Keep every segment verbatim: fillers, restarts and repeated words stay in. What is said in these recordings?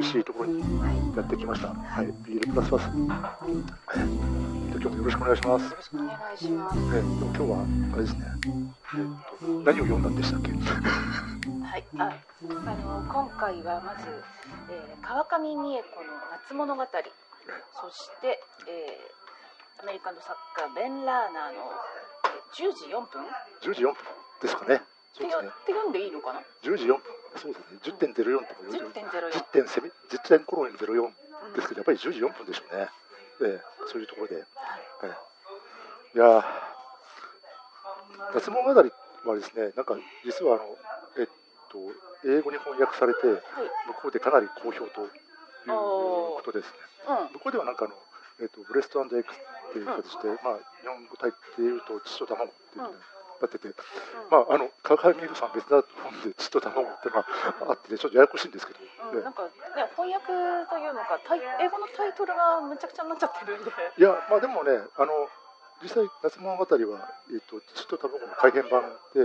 味しいところにやってきました。はい、ビールプラスパス。今日もよろしくお願いします。 よろしくお願いします。 えでも今日はあれですね。えっと何を読んだんでしたっけ？ はい、あ、あの今回はまず、えー、川上美恵子の夏物語、そして、えー、アメリカの作家ベン・ラーナーの、えー、じゅうじよんぷんじゅうじよんぷんですかね。そうですね。 って読んでいいのかな？ じゅうじよんぷん。そうですね。じゅってんゼロよんとかじゅってんゼロよんじゅってんセミじゅってんコロンゼロよんですけど、やっぱりじゅうじよんぷんでしょうね。えー、そういうところで、はい、いや夏物語はですね、なんか実はあのえっと英語に翻訳されて、はい、向こうでかなり好評ということですね。うん、向こうではなんかあのえっとブレスト&エッグスっていう形で、うん、まあ日本語体っていうと父と卵っていうのになってて、うん、まああの川上美恵子さん別な本で父と卵っていうのがあって、ね、ちょっとややこしいんですけど、 うん、なんかね翻訳というのか英語のタイトルがむちゃくちゃになっちゃってるんで、 いやまあでもねあの実際夏物語は、えー、と父と卵の改編版で、うん、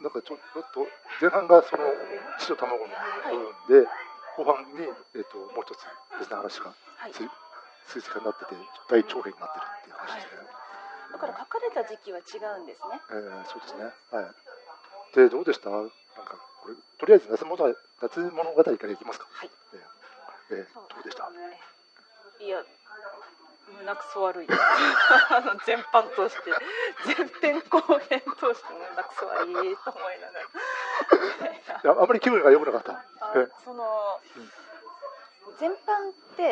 なんかちょっと前半がその父と卵の部分で、はい、後半に、えー、ともう一つ別な話が追加になってて大長編になってるっていう話ですね、 はい、だから書かれた時期は違うんですね。 えー、そうですね。はい。でどうでした？なんかこれとりあえず夏物夏物語からいきますか。はい。えーえー、どうでした？ いや胸くそ悪いあの全般として前編後編として胸くそ悪いと思いながらあんまり気分が良くなかった。 その、うん、前半って、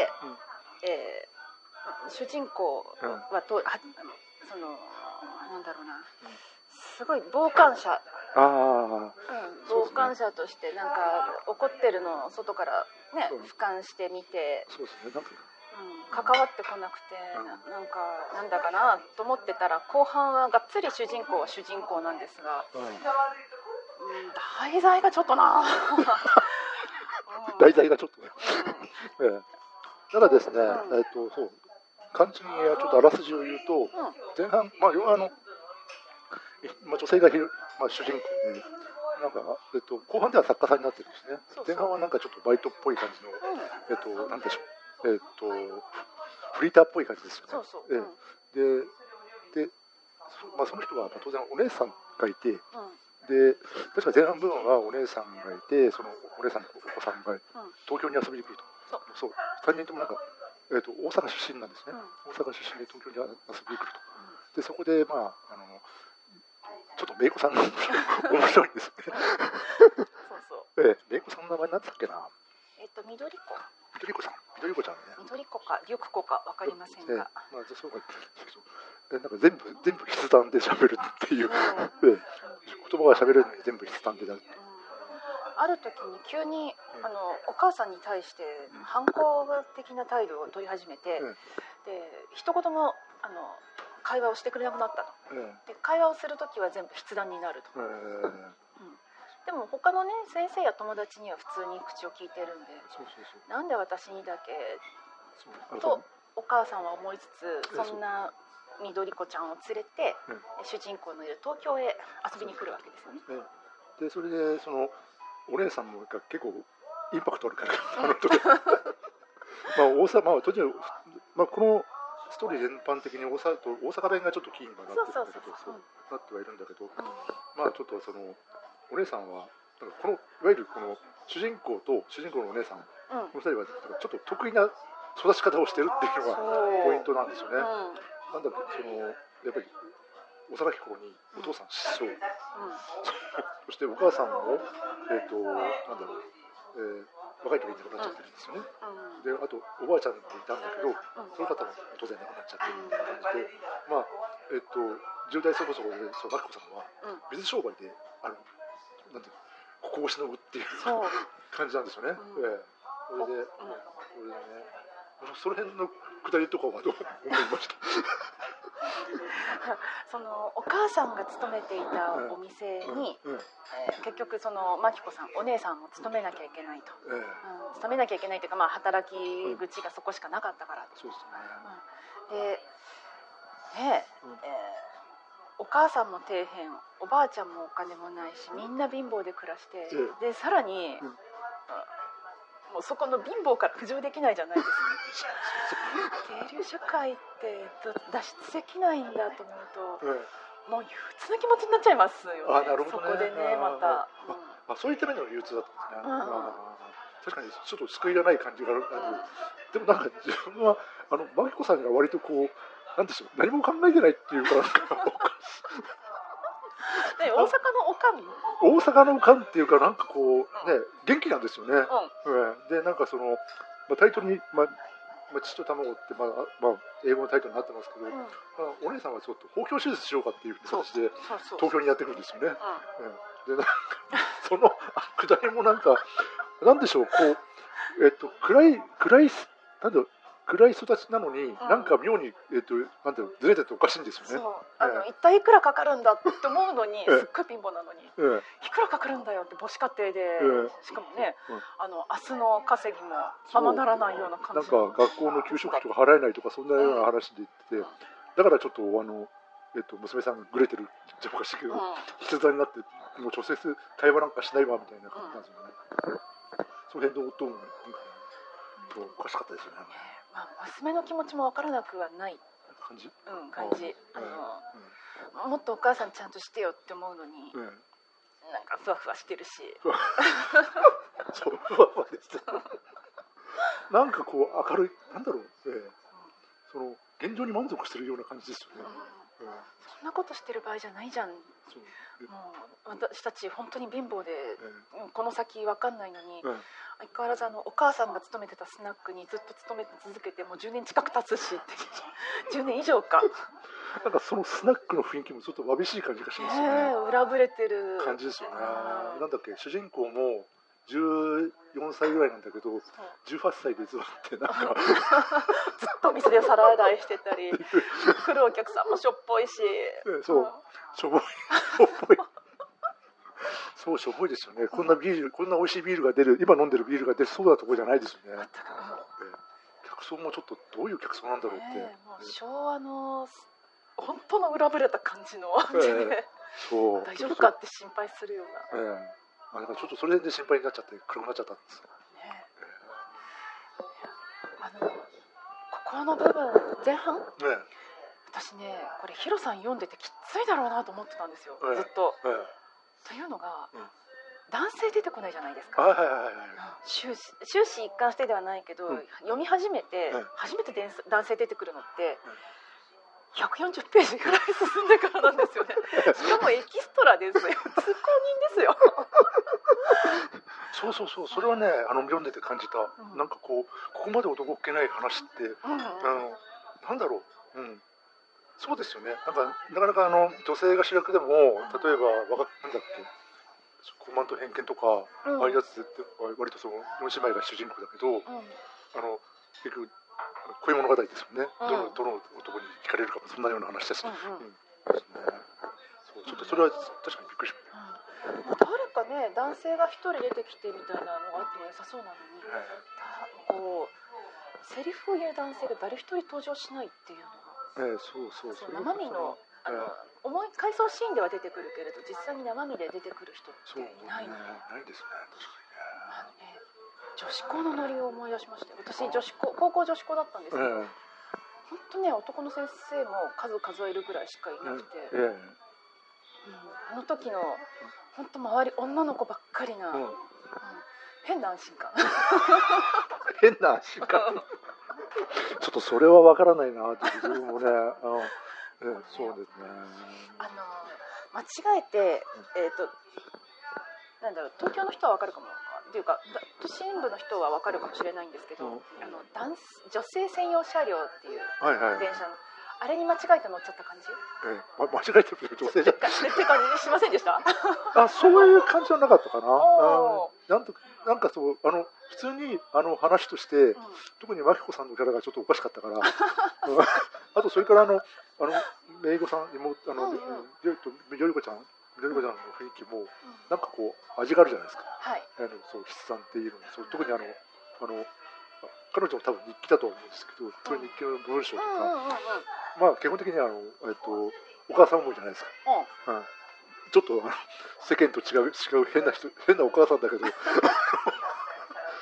うん、えー、主人公はと、うん、はそのなんだろうな、すごい傍観者、 あ、うん、 傍観者としてなんか怒ってるのを外からね、うん、俯瞰してみて、 そうですね、なんかうん、関わってこなくて、うん、な, なんかなんだかなと思ってたら後半はがっつり主人公は主人公なんですが、うんうん、題材がちょっとな題材がちょっとね、うんええ、ただですね、うん、えっとそう簡単にちょっとあらすじを言うと、うん、前半、まあ、要はあの、まあ、女性がひる、まあ、主人公でなんか、えっと、後半では作家さんになってるんですね。そうそう、前半はなんかちょっとバイトっぽい感じの、うん、えっと、なんでしょう、えっとフリーターっぽい感じですよね。そうそう、うん、でで、まあ、その人は当然お姉さんがいて、うん、で確か前半部分はお姉さんがいて、そのお姉さんのお子さんが東京に遊びに来ると、うん、そうさんにんともなんか、えっと、大阪出身なんですね、うん、大阪出身で東京に遊びに来ると、でそこでまああのちょっとメイコさんが面白いんですよねそうそう、ええ、メイコさんの名前なんだっけな、 えっと緑子緑子さん緑子ちゃんね、 緑子か緑子か分かりませんが、ええ、 まあそうか、えなんか全部全部筆談で喋るっていう、うんええ、言葉が喋れるのに全部筆談でなる、うん、 ある時に急に、うん、あのお母さんに対して反抗的な態度を取り始めて、うん、で一言もあの会話をしてくれなくなったと、うん、で会話をするときは全部筆談になると、うんうん、でも他のね先生や友達には普通に口を聞いてるんで、そうそうそう、なんで私にだけとお母さんは思いつつ、そんな緑子ちゃんを連れて、うん、主人公のいる東京へ遊びに来るわけですよね。 でそれでそのお姉さんも結構インパクトあるからあの時まあ大阪、まあとにかく、まあ、このストーリー全般的に大阪と大阪弁がちょっとキーにはなってるんだけど、そうなってはいるんだけど、うん、まあちょっとそのお姉さんはこのいわゆるこの主人公と主人公のお姉さん、うん、このふたりはちょっと得意な育ち方をしてるっていうのがポイントなんですよね。うん、なんだっけ、そのやっぱり幼き頃にお父さん失踪、うん、そしてお母さんもえっ、ー、となんだろう、えー、若い時に亡くなっちゃってるんですよね。うん、であとおばあちゃんっていたんだけど、うん、その方も当然亡くなっちゃってるみたいな感じで、まあえっ、ー、とじゅう代そこそこでそのマキコさんは水商売であのなんていうのここをしのぐっていう感じなんですよね。うんえー、それで、うん、それでね、その辺のくだりとかはどう思いましたそのお母さんが勤めていたお店に、うんうんえー、結局その真紀子さんお姉さんも勤めなきゃいけないと、うんうん、勤めなきゃいけないというか、まあ、働き口がそこしかなかったから、うん、そうですね、うん、で、ねうんえー、お母さんも底辺おばあちゃんもお金もないしみんな貧乏で暮らして、うん、でさらに、うんもうそこの貧乏から浮上できないじゃないですか。低流社会って脱出できないんだと思うと、うん、もう憂鬱な気持ちになっちゃいますよね。 あ、なるほどね。 そこでね、また、 うん、あ、そういった面での憂鬱だったんですね。うん、確かにちょっと救いがない感じがある、うん、でもなんか自分はあのマキコさんが割とこうなんでしょう、何も考えてないっていうかなんか大阪のおかん大阪のおかんっていうかなんかこうね、元気なんですよね。うん、でなんかその、まあ、タイトルに、まあまあ、父と卵って、まあまあ、英語のタイトルになってますけど、うん、まあ、お姉さんはちょっと包協手術しようかっていう形で東京にやってくるんですよね。うん、でなんかそのくだりもなんかなんでしょう、こうえっと暗い暗いなんだろう暗い人たちなのに、うん、なんか妙に、えっと、なんていうのずれてておかしいんですよね。 そうあの、えー、一体いくらかかるんだって思うのに、えー、すっごい貧乏なのに、えー、いくらかかるんだよって母子家庭で、えー、しかもね、うん、あの明日の稼ぎもままならないような感じなんか学校の給食費とか払えないとかそんなような話で言ってて、うん、だからちょっとあの、えっと、娘さんがグレてるじゃおかしいけど、うん、筆談になってもう直接対話なんかしないわみたいな感じなんですよね。うん、その辺の音もおかしかったですよね。 まあ、娘の気持ちも分からなくはない感じ、 うん、感じあの、うん、もっとお母さんちゃんとしてよって思うのに、うん、なんかふわふわしてるしそうふわふわですなんかこう明るいなんだろう、えーうん、その現状に満足してるような感じですよね。 うんうん、そんなことしてる場合じゃないじゃん。そうもう私たち本当に貧乏で、えー、この先分かんないのに、うん、相変わらずあのお母さんが勤めてたスナックにずっと勤め続けてもうじゅうねん近く経つしってじゅうねん以上かなんかそのスナックの雰囲気もちょっとわびしい感じがしますよね。 えー、裏ぶれてる感じですよね。なんだっけ主人公もじゅうよんさいぐらいなんだけどじゅうはっさいでずっとなんかずっと店で皿洗いしてたり来るお客さんもしょっぽいし、 そう、うん、しょぼいしょっぽいそうしょぼいですよね。こんなビールこんな美味しいビールが出る今飲んでるビールが出るそうなところじゃないですよね。客層もちょっとどういう客層なんだろうって、 えー、もう昭和の本当の裏ぶれた感じの、えー、そう大丈夫かって心配するような、えーあだからちょっとそれで心配になっちゃって暗くなっちゃったんです、ねえー、あのここの部分前半、ね、私ねこれヒロさん読んでてきついだろうなと思ってたんですよ、えー、ずっと、えー、というのが、うん、男性出てこないじゃないですか。 はいはいはいはい、 終始、終始一貫してではないけど、うん、読み始めて、うん、初めて男性出てくるのって、うんひゃくよんじゅうページぐらい進んでからなんですよね。しかもエキストラですよ。通行人ですよ。 そうそうそう、それはね、あの読んでて感じた。うん、なんかこうここまで男っ気ない話って、うんうん、あのなんだろう、うん、そうですよね。なんかなかなかあの女性が主役でも、例えばわかなんだっけ、傲慢と偏見とか、うん、ああいうやつって割とその四姉妹が主人公だけど、うん、あの結局。こういう物語ですよね、うん、どのどの男に惹かれるかもそんなような話だし、うんうんうん、そうちょっとそれは確かにびっくりしました、 うん、誰かね男性が一人出てきてみたいなのがあっても良さそうなのに、はい、こうセリフを言う男性が誰一人登場しないっていうのが、 えー、そうそうそう生身のあの、えー、重い回想シーンでは出てくるけれど実際に生身で出てくる人っていないの、ね、 ないですね確かにね。 あのね女子校のノリを思い出しました。私女子校高校女子校だったんですけど、えー、本当ね男の先生も数数えるぐらいしかいなくて、えーうん、あの時の本当周り女の子ばっかりな、うんうん、変な安心感変な安心感ちょっとそれは分からないなって自分もねあの、えー、そうですねあの間違えて、えーとなんだろう東京の人は分かるかもっていうか都心部の人は分かるかもしれないんですけど、うん、あの男女性専用車両っていう電車の、はいはい、あれに間違えて乗っちゃった感じ、 えー、間違えてる女性じゃんって感じしませんでしたあそういう感じはなかったかなあなんとなんかそうあの普通にあの話として、うん、特に真紀子さんのキャラがちょっとおかしかったからあとそれからあのあのめいごさん妹あの、うんうん、みどりこちゃんみどりこちゃんの雰囲気も、うん、なんかこう味があるじゃないですか、はい、あのそう筆算っていうのにそう特にあのあの彼女も多分日記だと思うんですけど、そういう日記の文章とか、うんうんうんうん、まあ基本的にあの、えっと、お母さん思いじゃないですか、うんうん、ちょっと世間と違う違う変な人変なお母さんだけど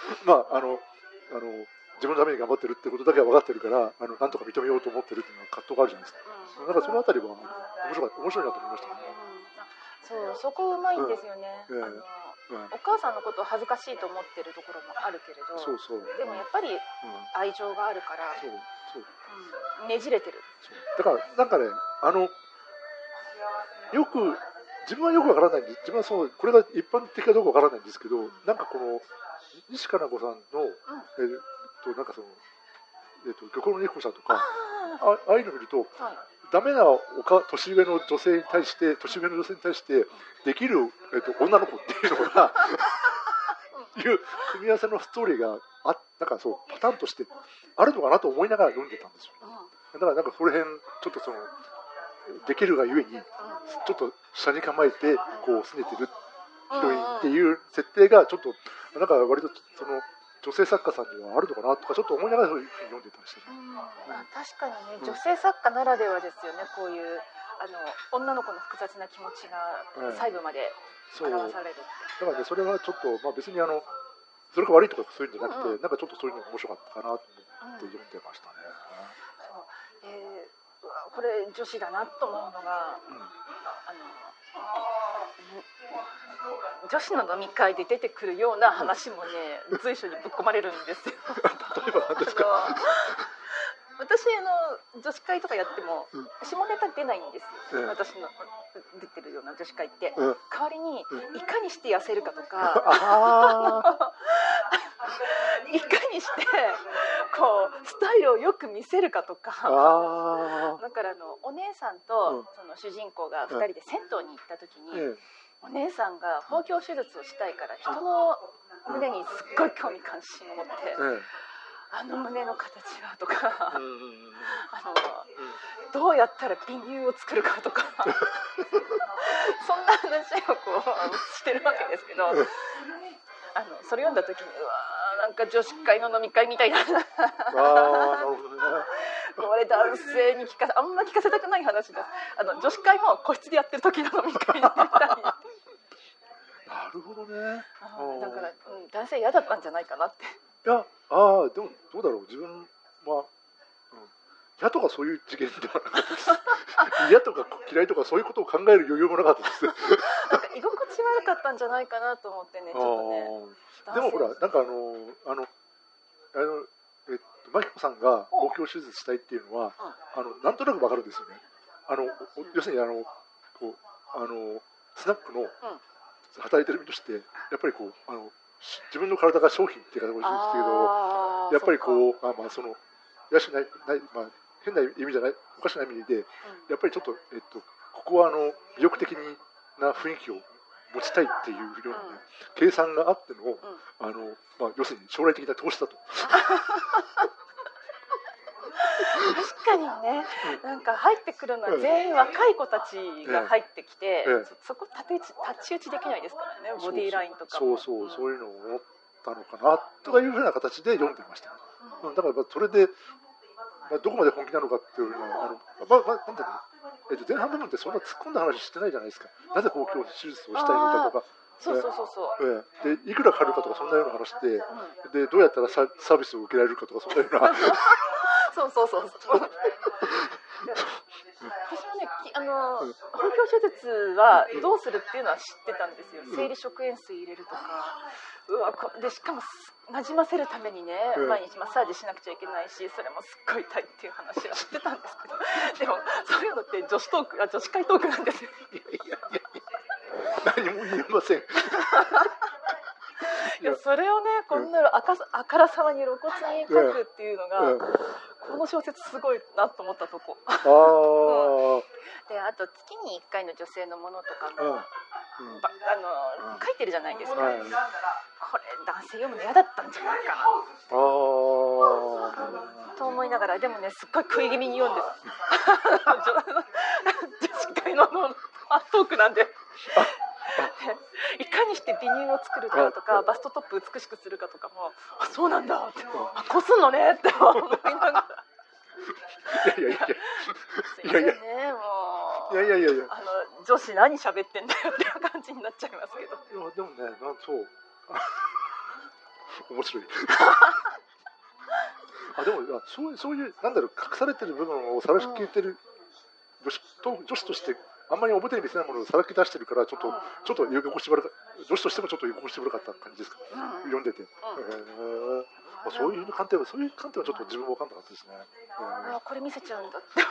まああのあの自分のために頑張ってるってことだけは分かってるから、あのなんとか認めようと思ってるっていうのは葛藤があるじゃないですか。うん、だからそのあたりは面白い面白いなと思いましたね。 うん、そうそこうまいんですよね。うん、あのうん、お母さんのことを恥ずかしいと思ってるところもあるけれど、 そうそう、 でもやっぱり愛情があるから、 そうそう、 うん、ねじれてる。 そうだからなんかね、あのよく自分はよくわからないんで、自分はそうこれが一般的かどうかわからないんですけど、なんかこの西加奈子さんの、うん、えー、となんかそのえー、と漁港の猫さんとか あ, ああいうのを見ると、はい、ダメなおか年上の女性に対して年上の女性に対してできる、えー、と女の子っていうのがいう組み合わせのストーリーがあなんかそうパターンとしてあるのかなと思いながら読んでたんですよ。だからなんかその辺ちょっとそのできるがゆえにちょっと下に構えてこう拗ねてるヒロインっていう設定がちょっとなんか割とその女性作家さんにはあるのかなとかちょっと思いながらそういうふうに読んでたりしてる、うんうん、あ確かにね、女性作家ならではですよね、こういうあの女の子の複雑な気持ちが細部まで表されるって、 うん、だからねそれはちょっと、まあ、別にあのそれが悪いとかそういうんじゃなくて、うんうん、なんかちょっとそういうのが面白かったかなと思って読んでましたね、 うんそうえー、これ女子だなと思うのが、うん、あの女子の飲み会で出てくるような話もね、うん、随所にぶっ込まれるんですよ。 例えば何ですか？ 私あの女子会とかやっても、うん、下ネタ出ないんですよ、うん、私の出てるような女子会って、うん、代わりに、うん、いかにして痩せるかとかいかにしてこうスタイルをよく見せるかとかだからあのお姉さんと、うん、その主人公がふたりで銭湯に行った時に、うん、お姉さんが包協手術をしたいから人の胸にすっごい興味関心を持って、うん、あの胸の形はとか、うん、あの、うん、どうやったら美乳を作るかとかそんな話をこうしてるわけですけど、うん、あのそれ読んだ時にうわーなんか女子会の飲み会みたいなあなるほどねこれ男性に聞かあんま聞かせたくない話です。あの女子会も個室でやってる時の飲み会みたいなるほどね。 だから、うん、男性嫌だったんじゃないかなって。 いやあでもどうだろう自分は、うん、嫌とかそういう次元ではなかったです嫌とか嫌いとかそういうことを考える余裕もなかったですなんか居心地悪かったんじゃないかなと思ってねちょっとね。 でもほらなんかあのあのあのえっとマキコさんが公共手術したいっていうのは、うん、あのなんとなくわかるんですよね。あの、うん、要するにあのこうあのスナックの、うん働いてる身としてやっぱりこうあの自分の体が商品っていう形ですけどやっぱりこうあまあそのやしないないまあ変な意味じゃないおかしな意味で、うん、やっぱりちょっとえっとここはあの魅力的な雰囲気を持ちたいっていうような、ねうん、計算があっての、うん、あのまあ要するに将来的な投資だと。 確かにね、なんか入ってくるのは全員若い子たちが入ってきて、ええ、そ, そこ太刀打ちできないですからね、ボディーラインとかも。そうそう、うん、そういうのを思ったのかなとかいうふうな形で読んでました、うん、だからそれで、まあ、どこまで本気なのかっていうのはあの、まあまあなんだろう、えっと、前半部分ってそんな突っ込んだ話してないじゃないですか。なぜ公共手術をしたいのかとか。 そうそうそうそう、 ええ、でいくらかかるかとかそんなような話で、うん、でどうやったら サ, サービスを受けられるかとかそんなようなそうそうそうそう私はねあの包協手術はどうするっていうのは知ってたんですよ。生理食塩水入れるとか、うわでしかもなじませるためにね、うん、毎日マッサージしなくちゃいけないしそれもすっごい痛いっていう話は知ってたんですけどでもそういうのって女子トークあ女子会トークなんですよ。いやいやいや何も言えませんいやそれをねこんなあかあからさまに露骨に書くっていうのが、うん、この小説すごいなと思ったとこ。あ、うん、であと月にいっかいの女性のものとかも、うん、あの、うん、書いてるじゃないですか、うん、これ男性読むの嫌だったんじゃないかなあ、うん、と思いながらでもねすっごい食い気味に読んで女子会のトークなんでいかにして美乳を作るかとかバストトップ美しくするかとかもあそうなんだってあこうすんのねって思いながらいやいやいやいやいやねもういやいやいやいやあの女子何喋ってんだよっていう感じになっちゃいますけど。 いやでもねなんそう面白いあでもそういうそういうなんだろう隠されてる部分をさらけ出てる女子と女子としてあんまり表に見せないものをさらけ出してるからちょっと、うん、ちょっと居心地悪か女子としてもちょっと居心地悪かった感じですか、うん、読んでて、うんえーまあ、そういう観点はそういう観点はちょっと自分も分かんなかったですね、 うん、あこれ見せちゃうんだって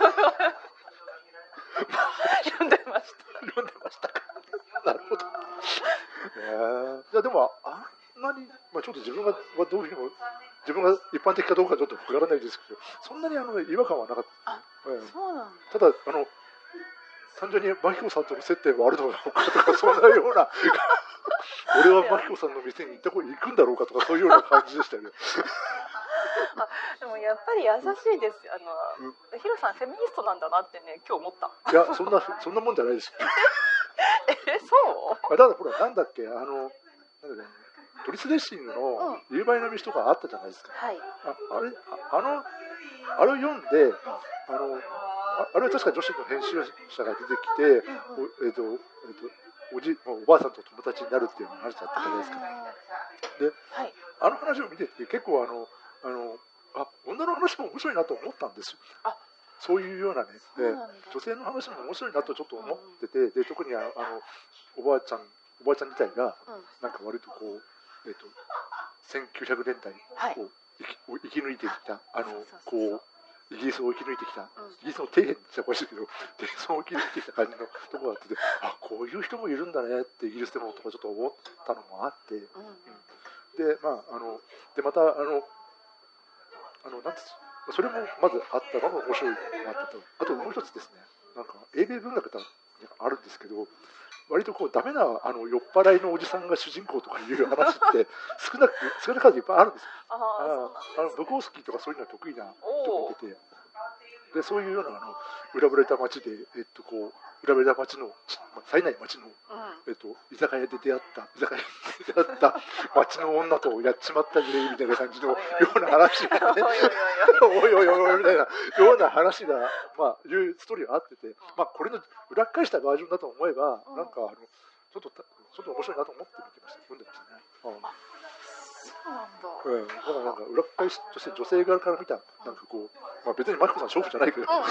読んでました読んでましたかなるほど、えー、いやでもあんなに、まあ、ちょっと自分がどういうふうに自分が一般的かどうかちょっと分からないですけどそんなにあの違和感はなかったですね、 そうなんだただあの単純に真紀子さんとの接点はあるのかとかそんなような俺は真紀子さんの店に行った行くんだろうかとかそういうような感じでしたよねあでもやっぱり優しいですあの、うん、ヒロさんフェミニストなんだなってね今日思ったいやそんなそんなもんじゃないですえそうあだからほらなんだっけあのなんだっけドリス・レッシングの「夕張の道」とかあったじゃないですか、 はい、 あ, あれあのあれを読んで、うん、あのああれは確か女子の編集者が出てきて、うんうんえーとえーと、お, じおばあさんと友達になるっていう話だったじゃないですか。で、はい、あの話を見てて結構あのあのあ女の話も面白いなと思ったんですよ。あそういうようなねで女性の話も面白いなとちょっと思ってて、うん、で特にあのおばあちゃんおばあちゃん自体がなんか割とこう、えーと、せんきゅうひゃくねんだいを生き、生き抜いてきたあのこうイギリスを生き抜いてきた、うん、イギリスの底辺って言ったらおかしいけど底辺を生き抜いてきた感じのところがあってあこういう人もいるんだねってイギリスでもとかちょっと思ったのもあって、うんうん、でまああのでまたあのあのなんつそれもまずあったのが面白いのがあったとあともう一つですねなんか英米文学ってあるんですけど割とこうダメなあの酔っ払いのおじさんが主人公とかいう話って少なく少なからずいっぱいあるんですよ。ああのブコースキーとかそういうのは得意な人がいててでそういうようなあの裏ぶれた街で、えっと、こう裏ぶれた街の冴えない街の、うんえっと、居酒屋で出会った居酒屋で出会った街の女とやっちまったぜみたいな感じのような話がねおいおいおいおいみたいなような話が、まあ、いうストーリーがあってて、まあ、これの裏返したバージョンだと思えば、うん、なんかあのちょっとちょっと面白いなと思って見てました読んでましたね。うんそうなんだ。 うん、だからなんか裏返しとして女性側から見たなんかこう、まあ、別にマキコさん娼婦じゃないけど、うん、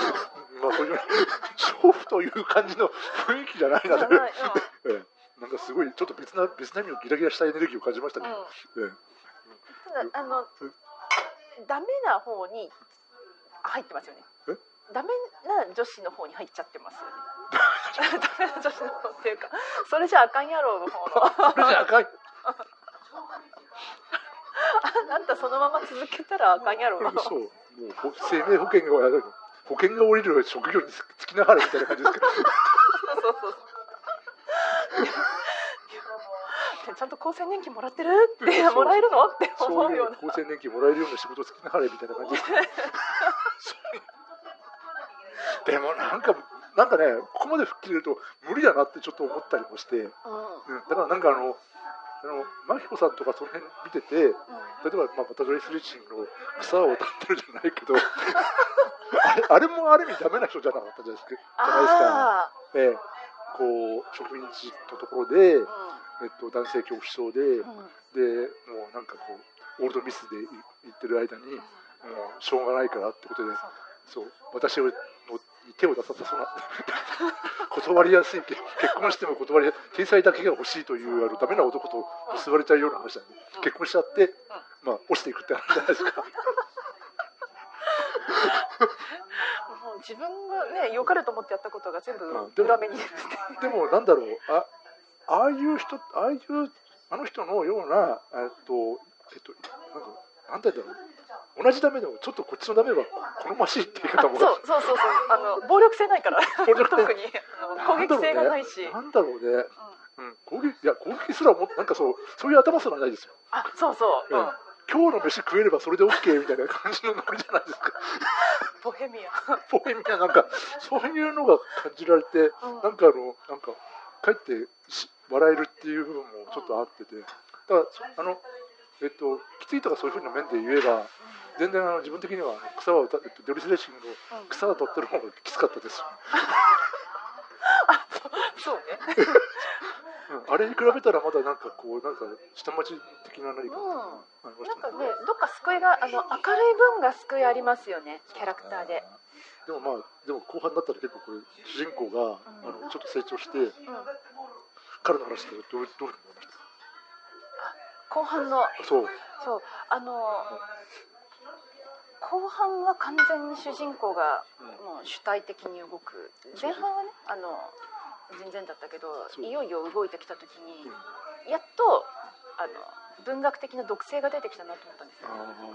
まあそういう娼婦という感じの雰囲気じゃないなと、うんええ、なんかすごいちょっと別な別な意味のギラギラしたエネルギーを感じましたけど、うんええ、ただあの、うん、ダメな方に入ってますよね。えダメな女子の方に入っちゃってますよね。ダメな女子の方っていうかそれじゃあかんやろうの方のそれじゃあかんあんたそのまま続けたらあかんやろうそうもう生命保険が保険が下りる職業につきながらみたいな感じですけどそうそうそうちゃんと厚生年金もらってるってもらえるのって思うような厚生年金もらえるような仕事つきながらみたいな感じですでもなんかなんかねここまで吹っ切れると無理だなってちょっと思ったりもして、うん、だからなんかあのあのマキコさんとかその辺見てて、うん、例えば、まあ、またドリス・リッチングの草を歌ってるじゃないけどあ, れあれもある意味ダメな人じゃなかったじゃないですか。じゃないですか、えー、こう植民地のところで、うんえっと、男性恐怖症で、うん、でもうなんかこうオールドミスで言ってる間に、うん、もうしょうがないからってことでそう私をの手を出させそうな断りやすい結婚しても断りやすい天才だけが欲しいというあのダメな男と結ばれちゃうような話なんで、うん、結婚しちゃって、うん、まあ落ちていくって話じゃないですかもう自分がね良かれと思ってやったことが全部裏目に出るでもなんだろうあああいう人ああいうあの人のようなえっとえっとなんて言うんだろう同じダメでもちょっとこっちのダメは好ましいっていう方もそうそうそうそうあの暴力性ないから特に攻撃性がないしなんだろうね、うんうん、攻撃いや攻撃すらもなんかそうそういう頭すらないですよあそうそう、うん、 今日の飯食えればそれで OK みたいな感じのノリじゃないですかボヘミアボヘミアなんかそういうのが感じられて、うん、なんかあのなんかかえって笑えるっていう部分もちょっとあっててだからあのえっと、きついとかそういうふうな面で言えば、うん、全然あの自分的には草は歌って、ドリス・レーシングの草は取ってる方がきつかったです、 うん、あそ, そうねうん、あれに比べたらまだなんかこうなんか下町的な何かありましたね。なんかね、どっか救いがあの明るい分が救いありますよね、キャラクターで。 でもまあでも後半だったら結構これ主人公が、うん、あのちょっと成長して、うん、彼の話ってどうどう思いました？ 後半のそうそうあの、うん、後半は完全に主人公がもう主体的に動く。前半はねあの全然だったけど、いよいよ動いてきた時に、うん、やっとあの文学的な毒性が出てきたなと思ったんですよ。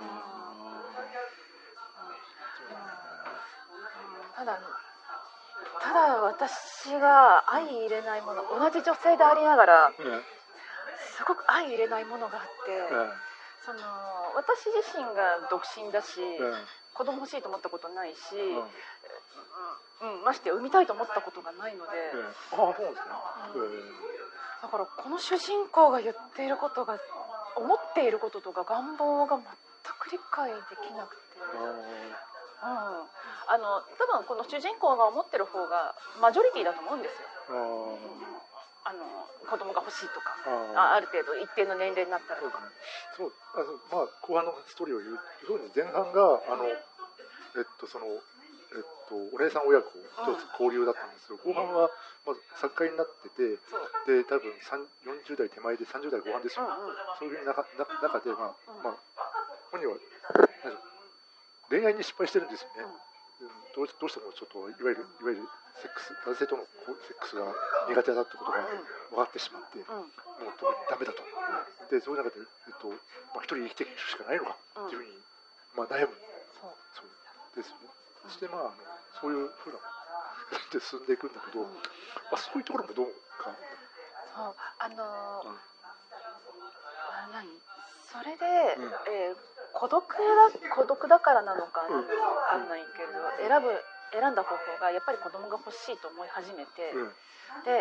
ただただ私が相入れないもの、同じ女性でありながら、うん、すごく相入れないものがあって、うん、その私自身が独身だし、うん、子供欲しいと思ったことないし、うんうん、まして産みたいと思ったことがないので、うん、ああそうですね、うん、 だからこの主人公が言っていることが思っていることとか願望が全く理解できなくて、うん、あの多分この主人公が思ってる方がマジョリティだと思うんですよ。あの子供が欲しいとか あ, ある程度一定の年齢になったらとか、 そうあの、まあ、後半のストーリーを言うように前半があの、えっとそのえっと、お姉さん親子と交流だったんですよ、うん、後半は、まあ、作家になってて、で多分よんじゅう代手前でさんじゅう代後半ですよ、うんうん、そういう中中で、まあまあ、本人は恋愛に失敗してるんですよね、うん、どう、どうしてもちょっといわゆるいわゆるセックス男性とのセックスが苦手だってことが分かってしまって、うん、もう特にダメだと、でそういう中で、えっとまあ、一人生きていくしかないのかっていうふうに、まあ、悩む、そうそうですよね。そしてまあ、あのそういうふうなで進んでいくんだけど、うんまあ、そういうところもどうか。 そうあのーうん、あ何それで、うんえー、孤独だ孤独だからなのか分かんないけど、うん、選ぶ選んだ方法がやっぱり子供が欲しいと思い始めて、うん、で、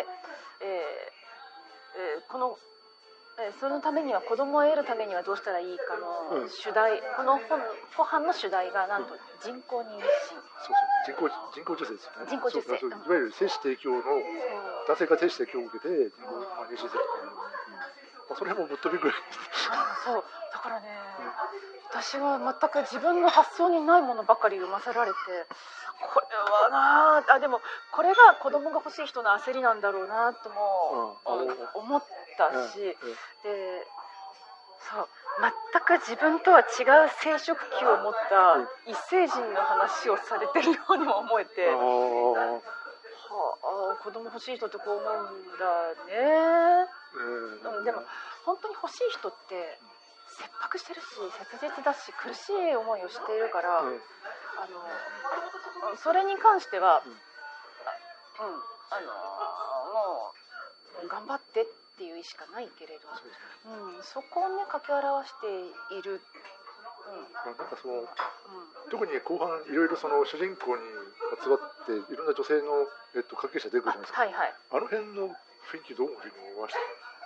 えーえー、このそのためには子供を得るためにはどうしたらいいかの主題、うん、この本後半の主題がなんと人工妊娠、うん、 そうそう人工人工授精ですよね。 人工授精、 いわゆる精子提供の男性が精子提供を受けて人工妊娠するっていう、まあ、それもぶっ飛びぐらいそうだからね、うん、私は全く自分の発想にないものばかり読ませられて、これはなあ、でもこれが子供が欲しい人の焦りなんだろうなとも思ったし、でそう全く自分とは違う生殖器を持った異星人の話をされてるようにも思えて、はあ、子供欲しい人ってこう思うんだね、うん、でも本当に欲しい人って切迫してるし切実だし苦しい思いをしているから、うん、あのそれに関しては、うん、あのもう頑張ってっていう意しかないけれど、うん、そこをね掛け表している、 うんまあ、なんかその、うん、特に後半いろいろその主人公にまつわっていろんな女性の、えっと、関係者出てくるじゃないですか。 あ,、はいはい、あの辺の雰囲気どういうふうに思いました？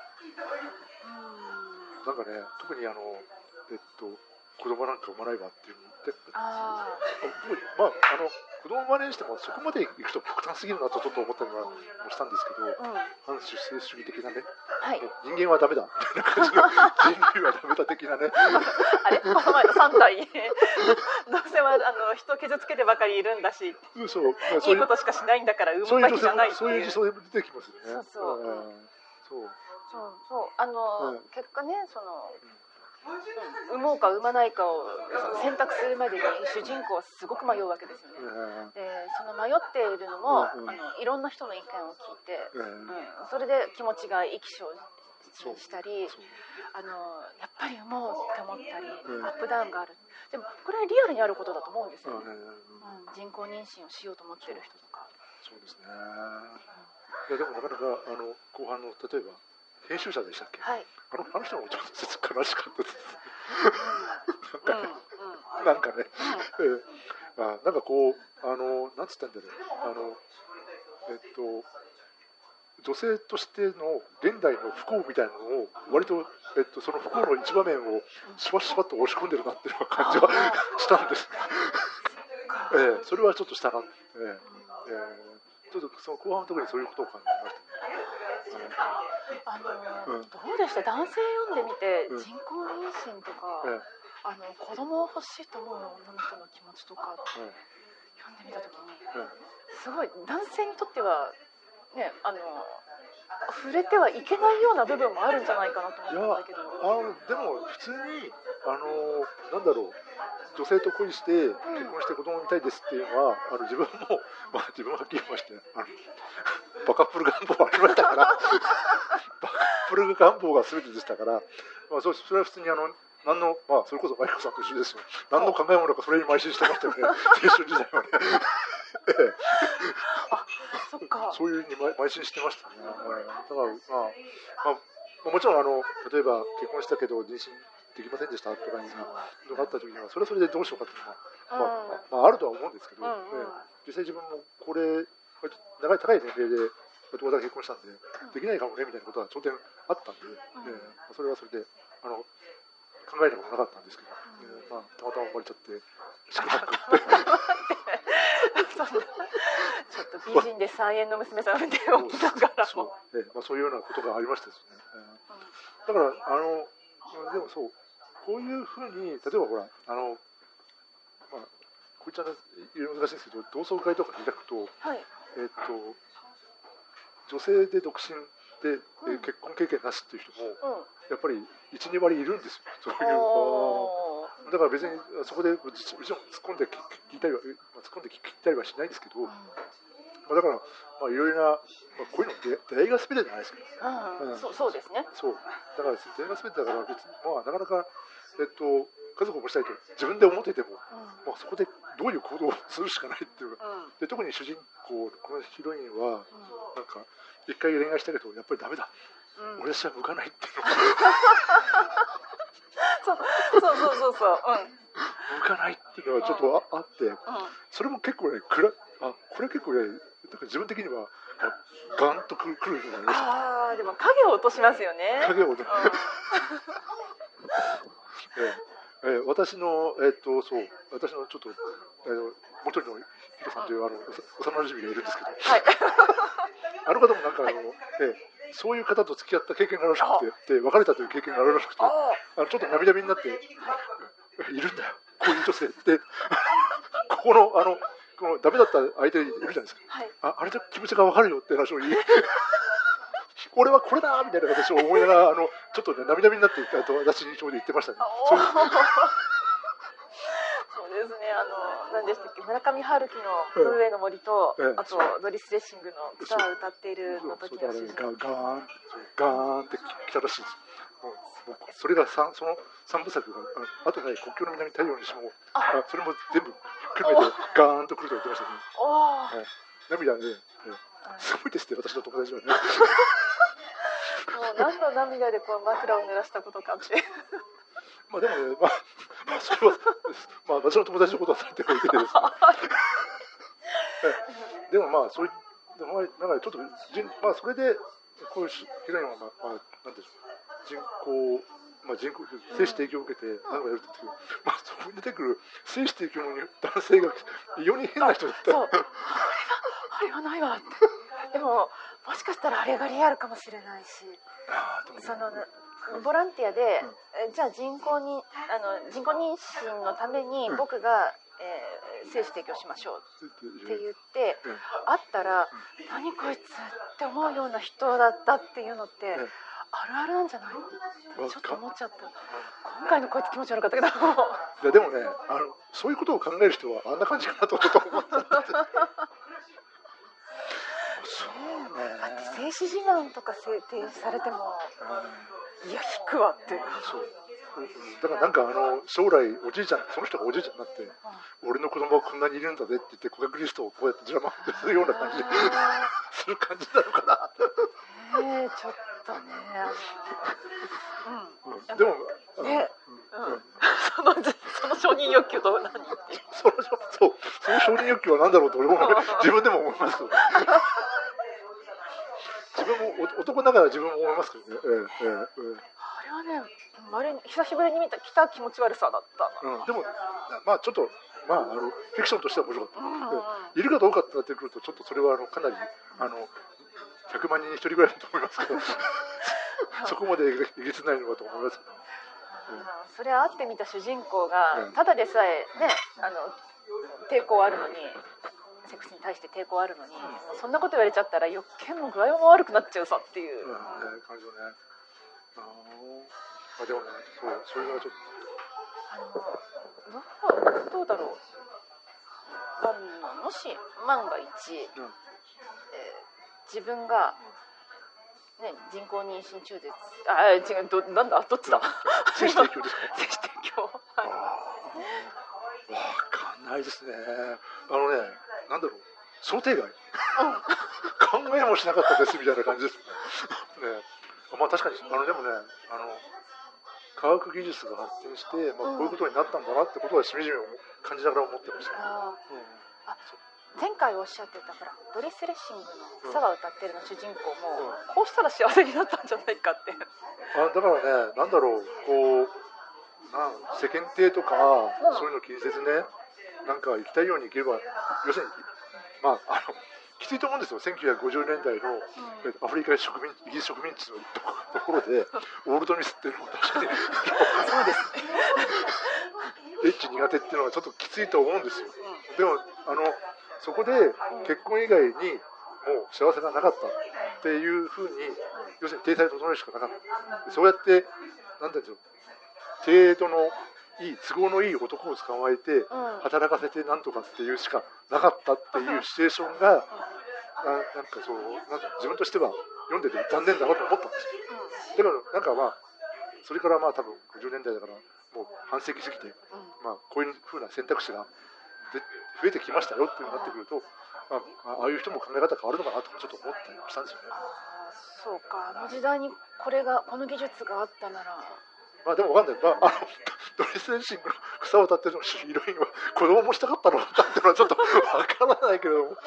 うんなんかね特にあのえっと子供なんか生まないわっていうのってあまああの子供生まれにしてもそこまでいくと極端すぎるなとちょっと思ったりもしたんですけど、うん、反出生主義的なね、はい、人間はダメだみたいな感じの人類はダメだ的なねあれこの前のさん体どうせはあの人を傷つけてばかりいるんだし、そうそう、まあ、そういういいことしかしないんだから産むべきじゃないっていう、 そういう女性出てきますよね。 そうそう、うん、そうそうそうあの、うん、結果ねその、うん、産もうか産まないかを選択するまでに主人公はすごく迷うわけですよね、うん、でその迷っているのも、うん、あのいろんな人の意見を聞いて、うんうん、それで気持ちが意気消したりあのやっぱり産もうって思ったり、うん、アップダウンがある。でもこれはリアルにあることだと思うんですよね、うんうん、人工妊娠をしようと思っている人とか。 そうですね、いやでもなかなかあの後半の例えば編集者でしたっけ、はい、あのあの人もちょっと悲しかったですなんかね、うんうん、なんかね、うん、えー、あなんかこうあのなんつったんだろうあのえっと女性としての現代の不幸みたいなのを割と、えっと、その不幸の一場面をしばしばっと押し込んでるなっていう感じはしたんです、えー、それはちょっとしたな、えーえー、ちょっとその後半のところにそういうことを感じましたね、 あの、 うん、 どうでした？男性読んでみて、 うん、 人工妊娠とか、 ええ、 あの子供を欲しいと思う女の人の気持ちとか、 ええ、 読んでみたときに、 ええ、 すごい男性にとってはね、あの触れてはいけないような部分もあるんじゃないかなと思ったんだけど。 あのでも普通にあのなんだろう、女性と恋して結婚して子供を産みたいですっていうのは、あの自分も、まあ、自分ははっきり言いまして、あのバカップル願望はありましたからバカップル願望が全てでしたから、まあ、それは普通にあの何の、まあ、それこそマリコさんと一緒ですよ。何の考えもなくそれに邁進してましたよね、青春時代はねあ、そっか。 そういうに邁進してましたね。だから、まあまあ、もちろんあの例えば結婚したけど妊娠できませんでしたとかいうのがあった時には、それはそれでどうしようかっていうのは、まあまあ、あるとは思うんですけど、 うんうん、 ね、実際自分もこれ長い高い年齢で私が結婚したんで、できないかもねみたいなことは当然あったんで、ね、それはそれであの考えたことなかったんですけど、ね、まあ、たまたま生まれちゃってしくなくってちょっと美人でさんえんの娘さん産んでおきながらも、 そう、ね、まあ、そういうようなことがありましてですね、だからあのでもそうこういうふうに例えばほらあの、まあ、こういったいろいろ難しいんですけど、同窓会とか開くと、 はい、 えっと女性で独身で、うん、結婚経験なしっていう人も、うん、やっぱり いち、に割いるんですよ。そういうだから別にそこでもちろん突っ込んで聞いたりは突っ込んで聞いたりはしないんですけど、うん、まあ、だからまあいろいろな、まあ、こういうのって出会いが全てじゃないですか。 うんうん、そうそうですね。 そうだから出会いが全てだから別にまあなかなかえっと家族を持ちたいと自分で思っていても、うん、まあ、そこでどういう行動をするしかないっていうか、うん、で特に主人公このヒロインは、うん、なんか一回恋愛したけどやっぱりダメだ、うん、俺たちは向かないっていうのがそうそうそうそうそう、うん、 向かないっていうのはちょっと あ,、うん、あって、うん、それも結構ねくらあこれ結構ねだから自分的にはガンとくるくるようになりました。 ああでも影を落としますよね。 影を落とし、うんえーえー、私の、えー、っとそう私のちょっと、えー、もう一人のヒロさんというあの幼馴染がいるんですけど、はい、あの方もなんかあの、はい、えー、そういう方と付き合った経験があるらしくて、で別れたという経験があるらしくて、あのちょっと涙目になって、はい、いるんだよこういう女性ってここのあのこのダメだった相手いるじゃないですか、はい、あ, あれで気持ちが分かるよって話を言い俺はこれだみたいな形を思いながらあのちょっとね涙目になっていたと私にちょうど言ってましたね。そうそうですね、あの何でしたっけ、村上春樹の「風への森と」ええ、あとドリス・レッシングの「草は歌っている」の時の主人公、 ガーンガーンって来たらしいです。もうそれがその三部作があとね国境の南太陽にしてもあそれも全部含めてガーンと来ると言ってましたね。はい、涙ね、すごいですね私の友達はね。 もう何の涙でこう枕を濡らしたことかってまあでもね、まあ、まあ、それは、まあ、私の友達のことはされておいてですね。でもまあ、そういう、なんかちょっと、まあ、それで、こういうヒロインは、まあ、まあ、なんでしょう、人工、まあ、人工、精子提供を受けて、何かやるって言うんですけど、まあ、そこに出てくる精子提供の男性が、異様に変な人だった。 あれはないわって。でも、もしかしたらあれがリアルかもしれないし、そのボランティアで、うん、じゃあ人工にあの人工妊娠のために僕が、うんえー、精子提供しましょうって言って、うん、会ったら、うん、何こいつって思うような人だったっていうのって、うん、あるあるなんじゃないのってちょっと思っちゃった。今回のこいつ気持ち悪かったけど。いやでもねあの、そういうことを考える人はあんな感じかなと思ったんですそうね、だって精子自慢とか提示されても、うん、いや引くわって。 そうだからなんかあの将来おじいちゃんその人がおじいちゃんになって、うん、俺の子供はこんなにいるんだぜって言って顧客リストをこうやってジャマするような感じでする感じなのかな。 えー、ちょっとね、 うん、でもね、うんうん、そのその承認欲求と何そのそうその承認欲求は何だろうと俺も自分でも思います。自分も男ながら自分も思いますけどね。えーえーえー、 あれはね、あれ久しぶりに見た来た気持ち悪さだったな、 うん、でもまあちょっとまああのフィクションとしては面白かった、うんうん、いるかどうかってなってくるとちょっとそれはあのかなりあのひゃくまんにんにひとりぐらいだと思いますけどそこまでえげつないのかと思いますけど、 うん、それは会ってみた主人公が、 うん、 ただでさえね、あの抵抗あるのに、セックスに対して抵抗あるのに、うん、そんなこと言われちゃったら余計も具合も悪くなっちゃうさっていう、 うんね、感じのね。ああでもね、そうそれがちょっとあのどうどうだろう、あのもし万が一、うん、えー、自分が、ね、人工妊娠中絶、あ違うどなんだどっちだ、 精子提供ですか？ 精子提供、はい、 わかんないですね。あのね、なんだろう、想定外、うん、考えもしなかったですみたいな感じですね。ね、まあ確かにあのでもね、あの科学技術が発展して、まあ、こういうことになったんだなってことはしみじみ感じながら思ってました、ね。あ、うん、 あ、前回おっしゃってたほらドレスレッシングの草が歌ってるの主人公も、うん、こうしたら幸せになったんじゃないかって。あだからね、なんだろう、こうな世間体とか、うん、そういうの気にせずね、なんか行きたいように行けば、要するにまああのきついと思うんですよ。せんきゅうひゃくごじゅうねんだいの、うん、アフリカ植民イギリス植民地のところでオールドミスっていうのも確かにそうですねエッチ苦手っていうのはちょっときついと思うんですよ、うん、でもあのそこで結婚以外にもう幸せがなかったっていうふうに、要するに体裁を整えるしかなかった。そうやってなんていうんでしょう、程度のいい都合のいい男を捕まえて働かせてなんとかっていうしかなかったっていうシチュエーションがな, なんかそうなんか自分としては読んでて残念だなと思ったんですよ。だからなんかまあそれからまあ多分ごじゅうねんだいだからもう半世紀過ぎて、まあ、こういう風な選択肢が増えてきましたよっていうのになってくると、まあ、ああいう人も考え方変わるのかなとかちょっと思ったりもしたんですよね。 あ、そうか、あの時代にこれがこの技術があったなら。 まあでもわかんない、まあ、あのドレスレッシングの草を歌ってるのヒロインは子供もしたかったのかっていうのはちょっとわからないけれども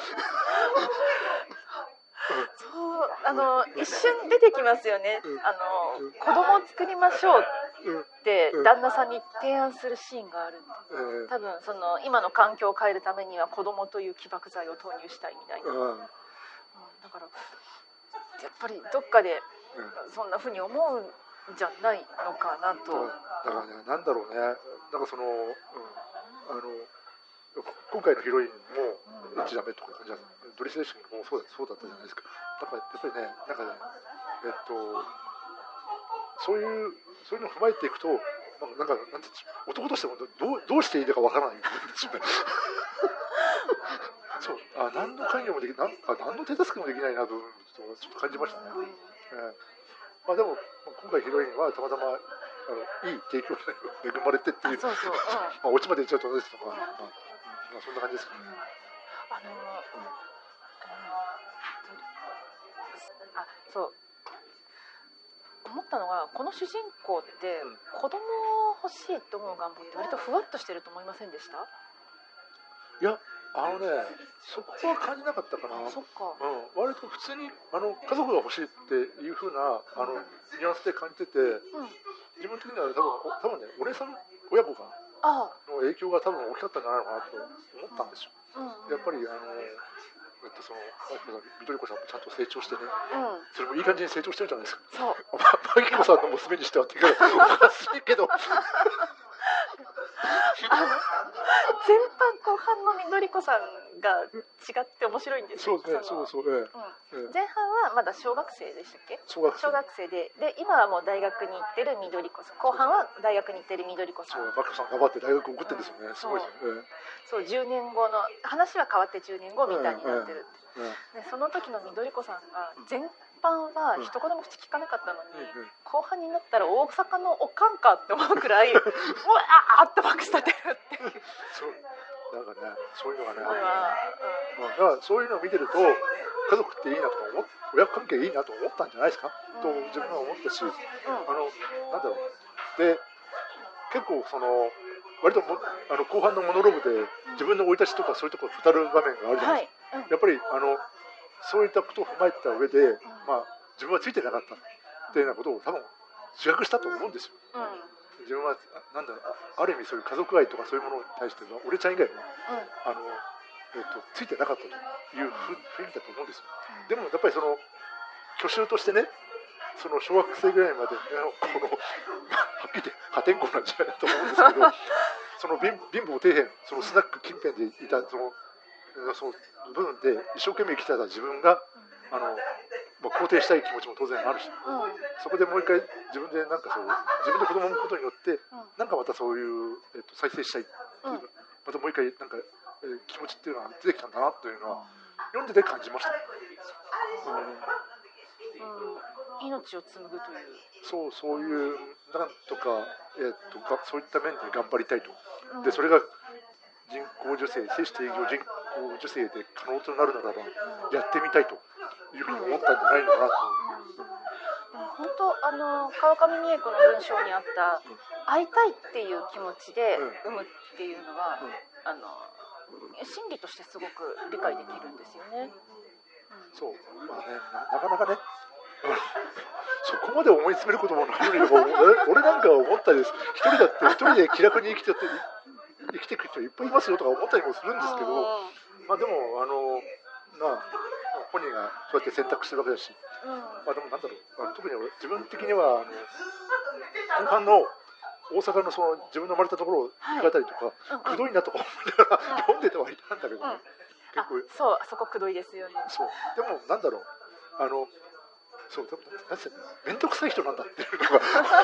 そうあの一瞬出てきますよね、うん、あの、うん、子供を作りましょうって旦那さんに提案するシーンがあるんで、うん、多分その今の環境を変えるためには子供という起爆剤を投入したいみたいな、うん、だからやっぱりどっかでそんな風に思うじゃないのかなと。 だからね、なんだろうね、なんかその、うん、あの今回のヒロインもエッチダメとか感じだった、ドレスレッシングもそうだ、そうだったじゃないですか。だからやっぱりね、なんかね、えっとそういうそういうのを踏まえていくと、なんかなんて男としてもどうどうしていいのかわからないんですよね。そうあ何の関与もできない、あ何の手助けもできないなとちょっと感じましたね。えーまあ、でも今回ヒロインはたまたまあのいい提供に恵まれてっていう、 そうそう、うん、まあオチまで言っちゃうとですとか、うんまあまあ、そんな感じですかね。うん、あのーうん、 あそう思ったのがこの主人公って子供欲しいと思う願望って割とふわっとしてると思いませんでした？ いやあのね、そこは感じなかったかな。 そっか、 うん、割と普通にあの家族が欲しいっていう風なあのニュアンスで感じてて、うん、自分的には多分多分ね、お姉さん親子がの影響が多分大きかったんじゃないのかなと思ったんですよ。うんうん、やっぱりあのえっとその緑子さんもちゃんと成長してね、うん、それもいい感じに成長してるじゃないですか。そう。マギコさんの娘にしてはって言うけどおかしいけど。 あの前半後半の緑子さんが違って面白いんですよ。 そうですね、そうそう、ええうん、前半はまだ小学生でしたっけ？小学生、小学生で、で今はもう大学に行ってる緑子さん、後半は大学に行ってる緑子さん。 そう、マキコさん頑張って大学送ってるんですよね、うん、すごいですよね。 そう、じゅうねんごの話は変わってじゅうねんごみたいになってるって、うんうん、でその時の緑子さんが前半は一言も口聞かなかったのに、うんうん、後半になったら大阪のおかんかって思うくらいうわーって爆したてるっていうそうなんかね、そういうのがね、うん、だからそういうのを見てると家族っていいなとか思っ親子関係いいなと思ったんじゃないですか、うん、と自分は思ったし、うん、あのなんだろうで結構その割ともあの後半のモノローグで自分の生い立ちとかそういうところを語る場面があるじゃないですか、はい、うん、やっぱりあのそういったことを踏まえた上で、うん、まあ、自分はついてなかったっていうようなことを多分自覚したと思うんですよ、うん、自分はなんだろうある意味そういう家族愛とかそういうものに対しては俺ちゃん以外は、うんあのえー、とついてなかったという雰囲気だと思うんですよ、うん、でもやっぱりその去就としてね、その小学生ぐらいまで、ね、このはっきり言って破天荒な時代だと思うんですけどその貧貧乏底辺、そのスナック近辺でいたそのその部分で一生懸命生きてた自分が、あのまあ、肯定したい気持ちも当然あるし、うん、そこでもう一回自分でなんかそう自分で子供を産むことによって、うん、なんかまたそういう、えっと、再生したいっていう、うん、またもう一回なんか、えー、気持ちっていうのが出てきたんだなというのは、読んでて感じました。 うん、命を紡ぐという、 そうそういうなんとか、えー、っとかそういった面で頑張りたいと。でそれが人工授精、精子提供人工授精で可能となるならば、やってみたいというふうに思ったんじゃないのかなと。 うんうん、本当あの川上美恵子の文章にあった、うん、会いたいっていう気持ちで産むっていうのは、うん、あの心理としてすごく理解できるんですよね。 うん、そう、まあね、な, なかなかね、そこまで思い詰めることもないのに、俺なんか思ったりです。一人だって一人で気楽に生きてて生きていく人いっぱいいますよとか思ったりもするんですけど、まあでもあのまあ本人がそうやって選択してるわけだし、うん、まあでもなんだろう、あの特に俺自分的にはあの後半の大阪のその自分の生まれたところを聞かれたりとか、はい、くどいなとか思いながら読んでてはいたんだけどね、うん、 結構そうそこくどいですよね。 そうでもなんだろうあのそうでもなんて面倒くさい人なんだっていうのが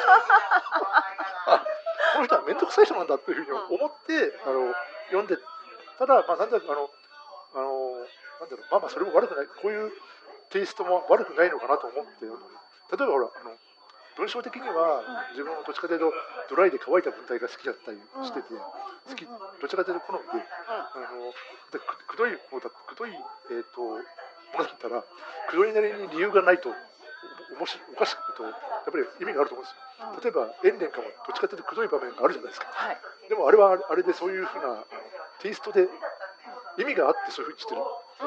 この人は面倒くさい人なんだというふうに思って、うん、あの読んでただまあなんだろうあのあのなんだろうまあまあそれも悪くないこういうテイストも悪くないのかなと思って読んで例えばほらあの文章的には自分はどっちかというとドライで乾いた文体が好きだったりしてて、うん、好きどちらかというと好みで、うん、あのでくどい方だくどい、えー、とものだったらくどいなりに理由がないとおもしおかしくとやっぱり意味があると思うんですよ。例えば炎蓮かもどっちかというとくどい場面があるじゃないですか、はい、でもあれはあれでそういうふうなテイストで意味があってそういうふうにしてる、うん、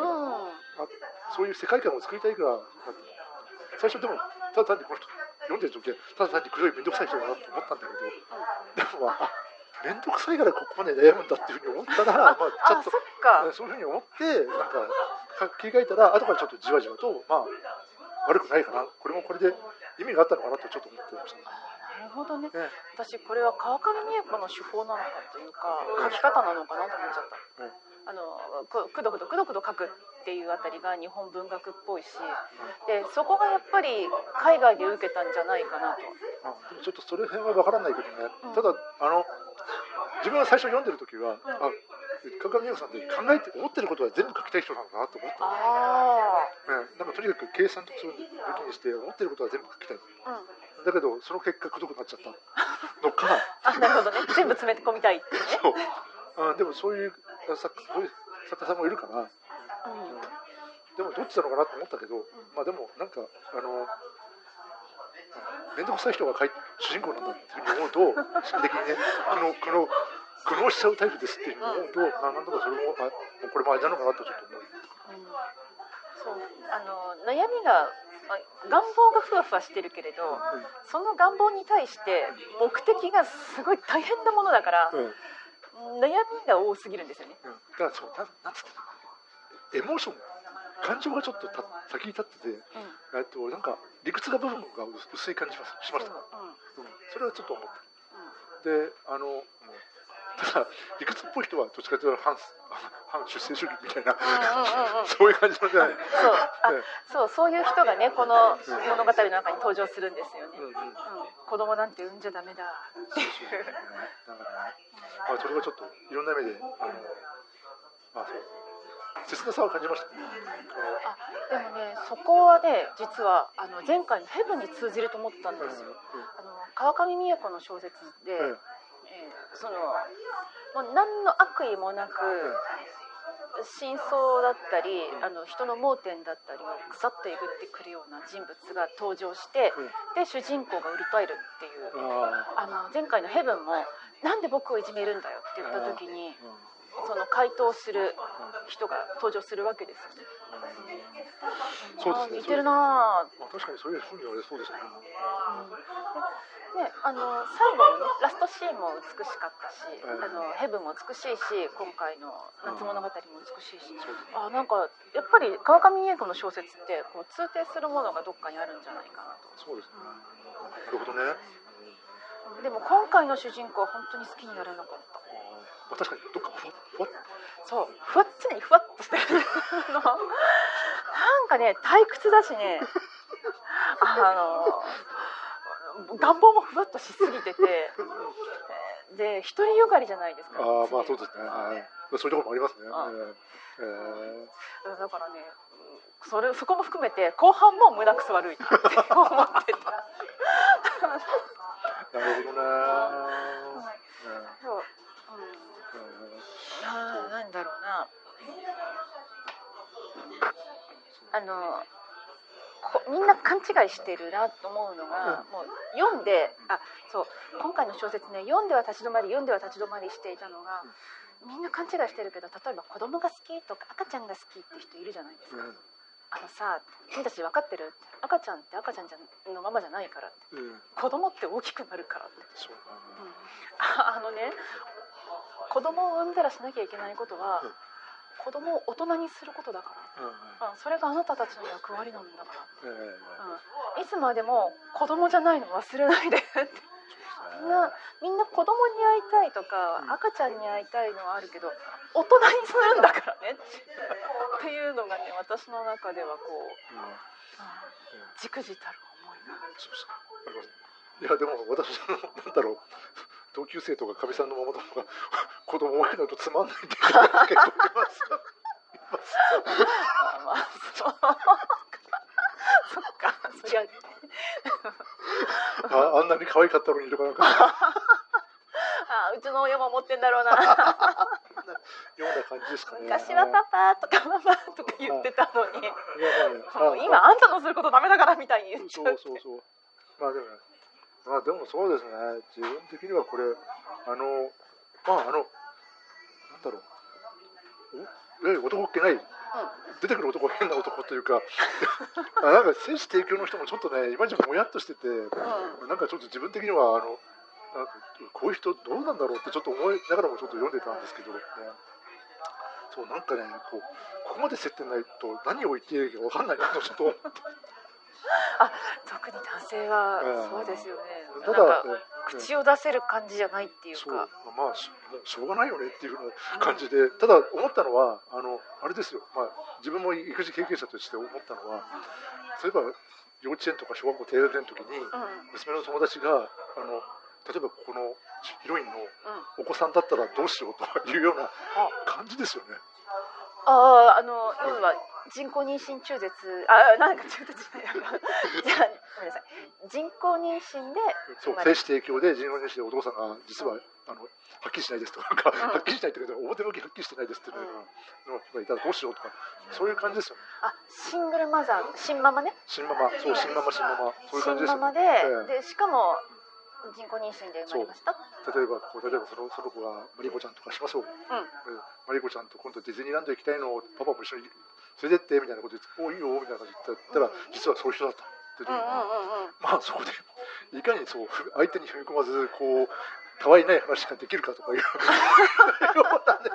あそういう世界観を作りたいから最初でもただ単にこの人読んでる時はただ単にくどいめんどくさい人だなと思ったんだけど、うん、でもあめんどくさいからここまで悩むんだっていうふうに思ったらまあ、ちょっとそういうふうに思ってなんか切り替えたら後からちょっとじわじわとまあ悪くないかなこれもこれで意味があったのかなとちょっと思ってました。 なるほどね、ね私これは川上美恵子の手法なのかというか書き方なのかなと思っちゃった、ね、あのくどくどくどくど書くっていうあたりが日本文学っぽいし、でそこがやっぱり海外で受けたんじゃないかなと。 あでもちょっとそれ辺は分からないけどね、うん、ただあの自分が最初読んでる時は、うん、あ川上美恵子さんって考えて思ってることは全部書きたい人なんだなと思った。あ、ね、なんかとにかく計算とかそういう時にして思ってることは全部書きたい、うん、だけどその結果くどくなっちゃったのかあなるほどね全部詰め込みたいってねそうあでもそういう作家さんもいるから、うんうん、でもどっちなのかなと思ったけど、うん、まあでもなんかあの面倒くさい人が書い主人公なんだっていうふうに思うと心理的にねこのこの苦悩しちゃうタイプですっていうのを思うと、うん、なんとかそれもあこれもあれなのかなとちょっと思う、うん、 そうあの悩みが願望がふわふわしてるけれど、うん、その願望に対して目的がすごい大変なものだから、うん、悩みが多すぎるんですよね、 うん、だからそうななんつってエモーション感情がちょっとた先に立ってて、うんえっと、なんか理屈が部分が薄い感じがしました、うんうん、それはちょっと思った、うん、であの、うん、ただ理屈っぽい人はどっちかというと反、反出世主義みたいな、うんうんうんうん、そういう感じのじゃないそう、そう、そういう人がねこの物語の中に登場するんですよね、うんうんうん、子供なんて産んじゃダメだっていうそうそう、ね、だからね、 まあ、それはちょっといろんな意味であの、まあ、そう切なさは感じました、ね、 あでもねそこはね実はあの前回のヘブンに通じると思ったんですよ、うんうん、あの川上美恵子の小説で、うんえー、そのもう何の悪意もなく、うん、真相だったり、うん、あの人の盲点だったりを腐ってえぐってくるような人物が登場して、うん、で主人公がウルトイルっていうあの前回のヘブンもなんで僕をいじめるんだよって言った時にその回答する人が登場するわけですよね。 そうですね。 似てるなぁ。 まあ、確かにそういうふうに言われそうですね。 うん、ね、あの最後のねラストシーンも美しかったし、うん、あのヘブンも美しいし、今回の夏物語も美しいし、あ、なんかやっぱり川上英子の小説ってこう通底するものがどっかにあるんじゃないかなと。 そうですね。なるほどね。 でも今回の主人公は本当に好きになれなかった。 まあ、確かにどっかふわふわっそうふわっ常にふわっとしてるなんかね退屈だしねあの願望もふわっとしすぎててで独りよがりじゃないですか。 ああ、まあそうですね、はい、そういうところもありますね。えー、だからねそれそこも含めて後半も胸くそ悪いなって思ってたなるほどね、 そう、うん、あ、なんだろうな、あのみんな勘違いしてるなと思うのが、うん、もう読んで、あ、そう今回の小説ね、読んでは立ち止まり読んでは立ち止まりしていたのが、うん、みんな勘違いしてるけど、例えば子供が好きとか赤ちゃんが好きって人いるじゃないですか、うん、あのさ、君たち分かってる？赤ちゃんって赤ちゃんじゃのままじゃないからって、うん、子供って大きくなるからって。そう、うん、あ, あのね子供を産んだらしなきゃいけないことは、うん、子供を大人にすることだから、うんうん、それがあなたたちの役割なんだから、うんうん、いつまでも子供じゃないの忘れないでってみんな、みんな子供に会いたいとか、うん、赤ちゃんに会いたいのはあるけど大人にするんだからねっていうのがね、私の中ではこう、うんうん、じくじたる思いが。そうそう、 いやでも私のなんだろう、同級生とかかみさんのママとか子供がいないとつまんないって言う人が結構います。 まあそうそっか、そりゃあ, あんなに可愛かったのにとかなんかあ、うちの親も持ってんだろうなような感じですかね。 昔はパパとかママとか言ってたのに、もう今あんたのすることダメだからみたいに言っちゃう。 そうそうそう。まあでもね、まあでもそうですね。自分的にはこれあのまああのなんだろう、え男っ気ない、うん、出てくる男変な男というかなんか精子提供の人もちょっとね、今じゃもやっとしてて、うん、なんかちょっと自分的にはあのなんかこういう人どうなんだろうってちょっと思いながらもちょっと読んでたんですけどね。そうなんかね、こうここまで接点ないと何を言っていいか分かんないなとちょっと思って。 あ、特に男性はそうですよね。ただ口を出せる感じじゃないっていうか。そう、 まあしょうがないよねっていう感じで、うん、ただ思ったのはあのあれですよ。まあ自分も育児経験者として思ったのは、そういえば幼稚園とか小学校低学年の時に、うん、娘の友達があの例えばこのヒロインのお子さんだったらどうしようというような感じですよね。 ああ、あの要は人工妊娠中絶、あ、なんか中絶じゃないじゃあごめんなさい、人工妊娠でそう精子提供で人工妊娠でお父さんが実は、うん、あのはっきりしないですとか、なんか、うん、はっきりしないって言うけど表向きはっきりしてないですっていうのがいたらどうしようとか、そういう感じですよね。 あ、シングルマザー、新ママね。 新ママ、そう、新ママ新ママ、そういう感じですよね。 新ママで、ええ、でしかも人工妊娠で生まれました。 例えばこう例えばそのその子がマリコちゃんとかしましょう。うん、マリコちゃんと今度ディズニーランド行きたいのをパパも一緒に連れてってみたいなこと言って、おいいよみたいな感じで言ったら、うん、実はそういう人だったっていう、うんうんうん、まあそこでいかにそう相手に踏み込まずこうたわいない話ができるかとかいうようなね。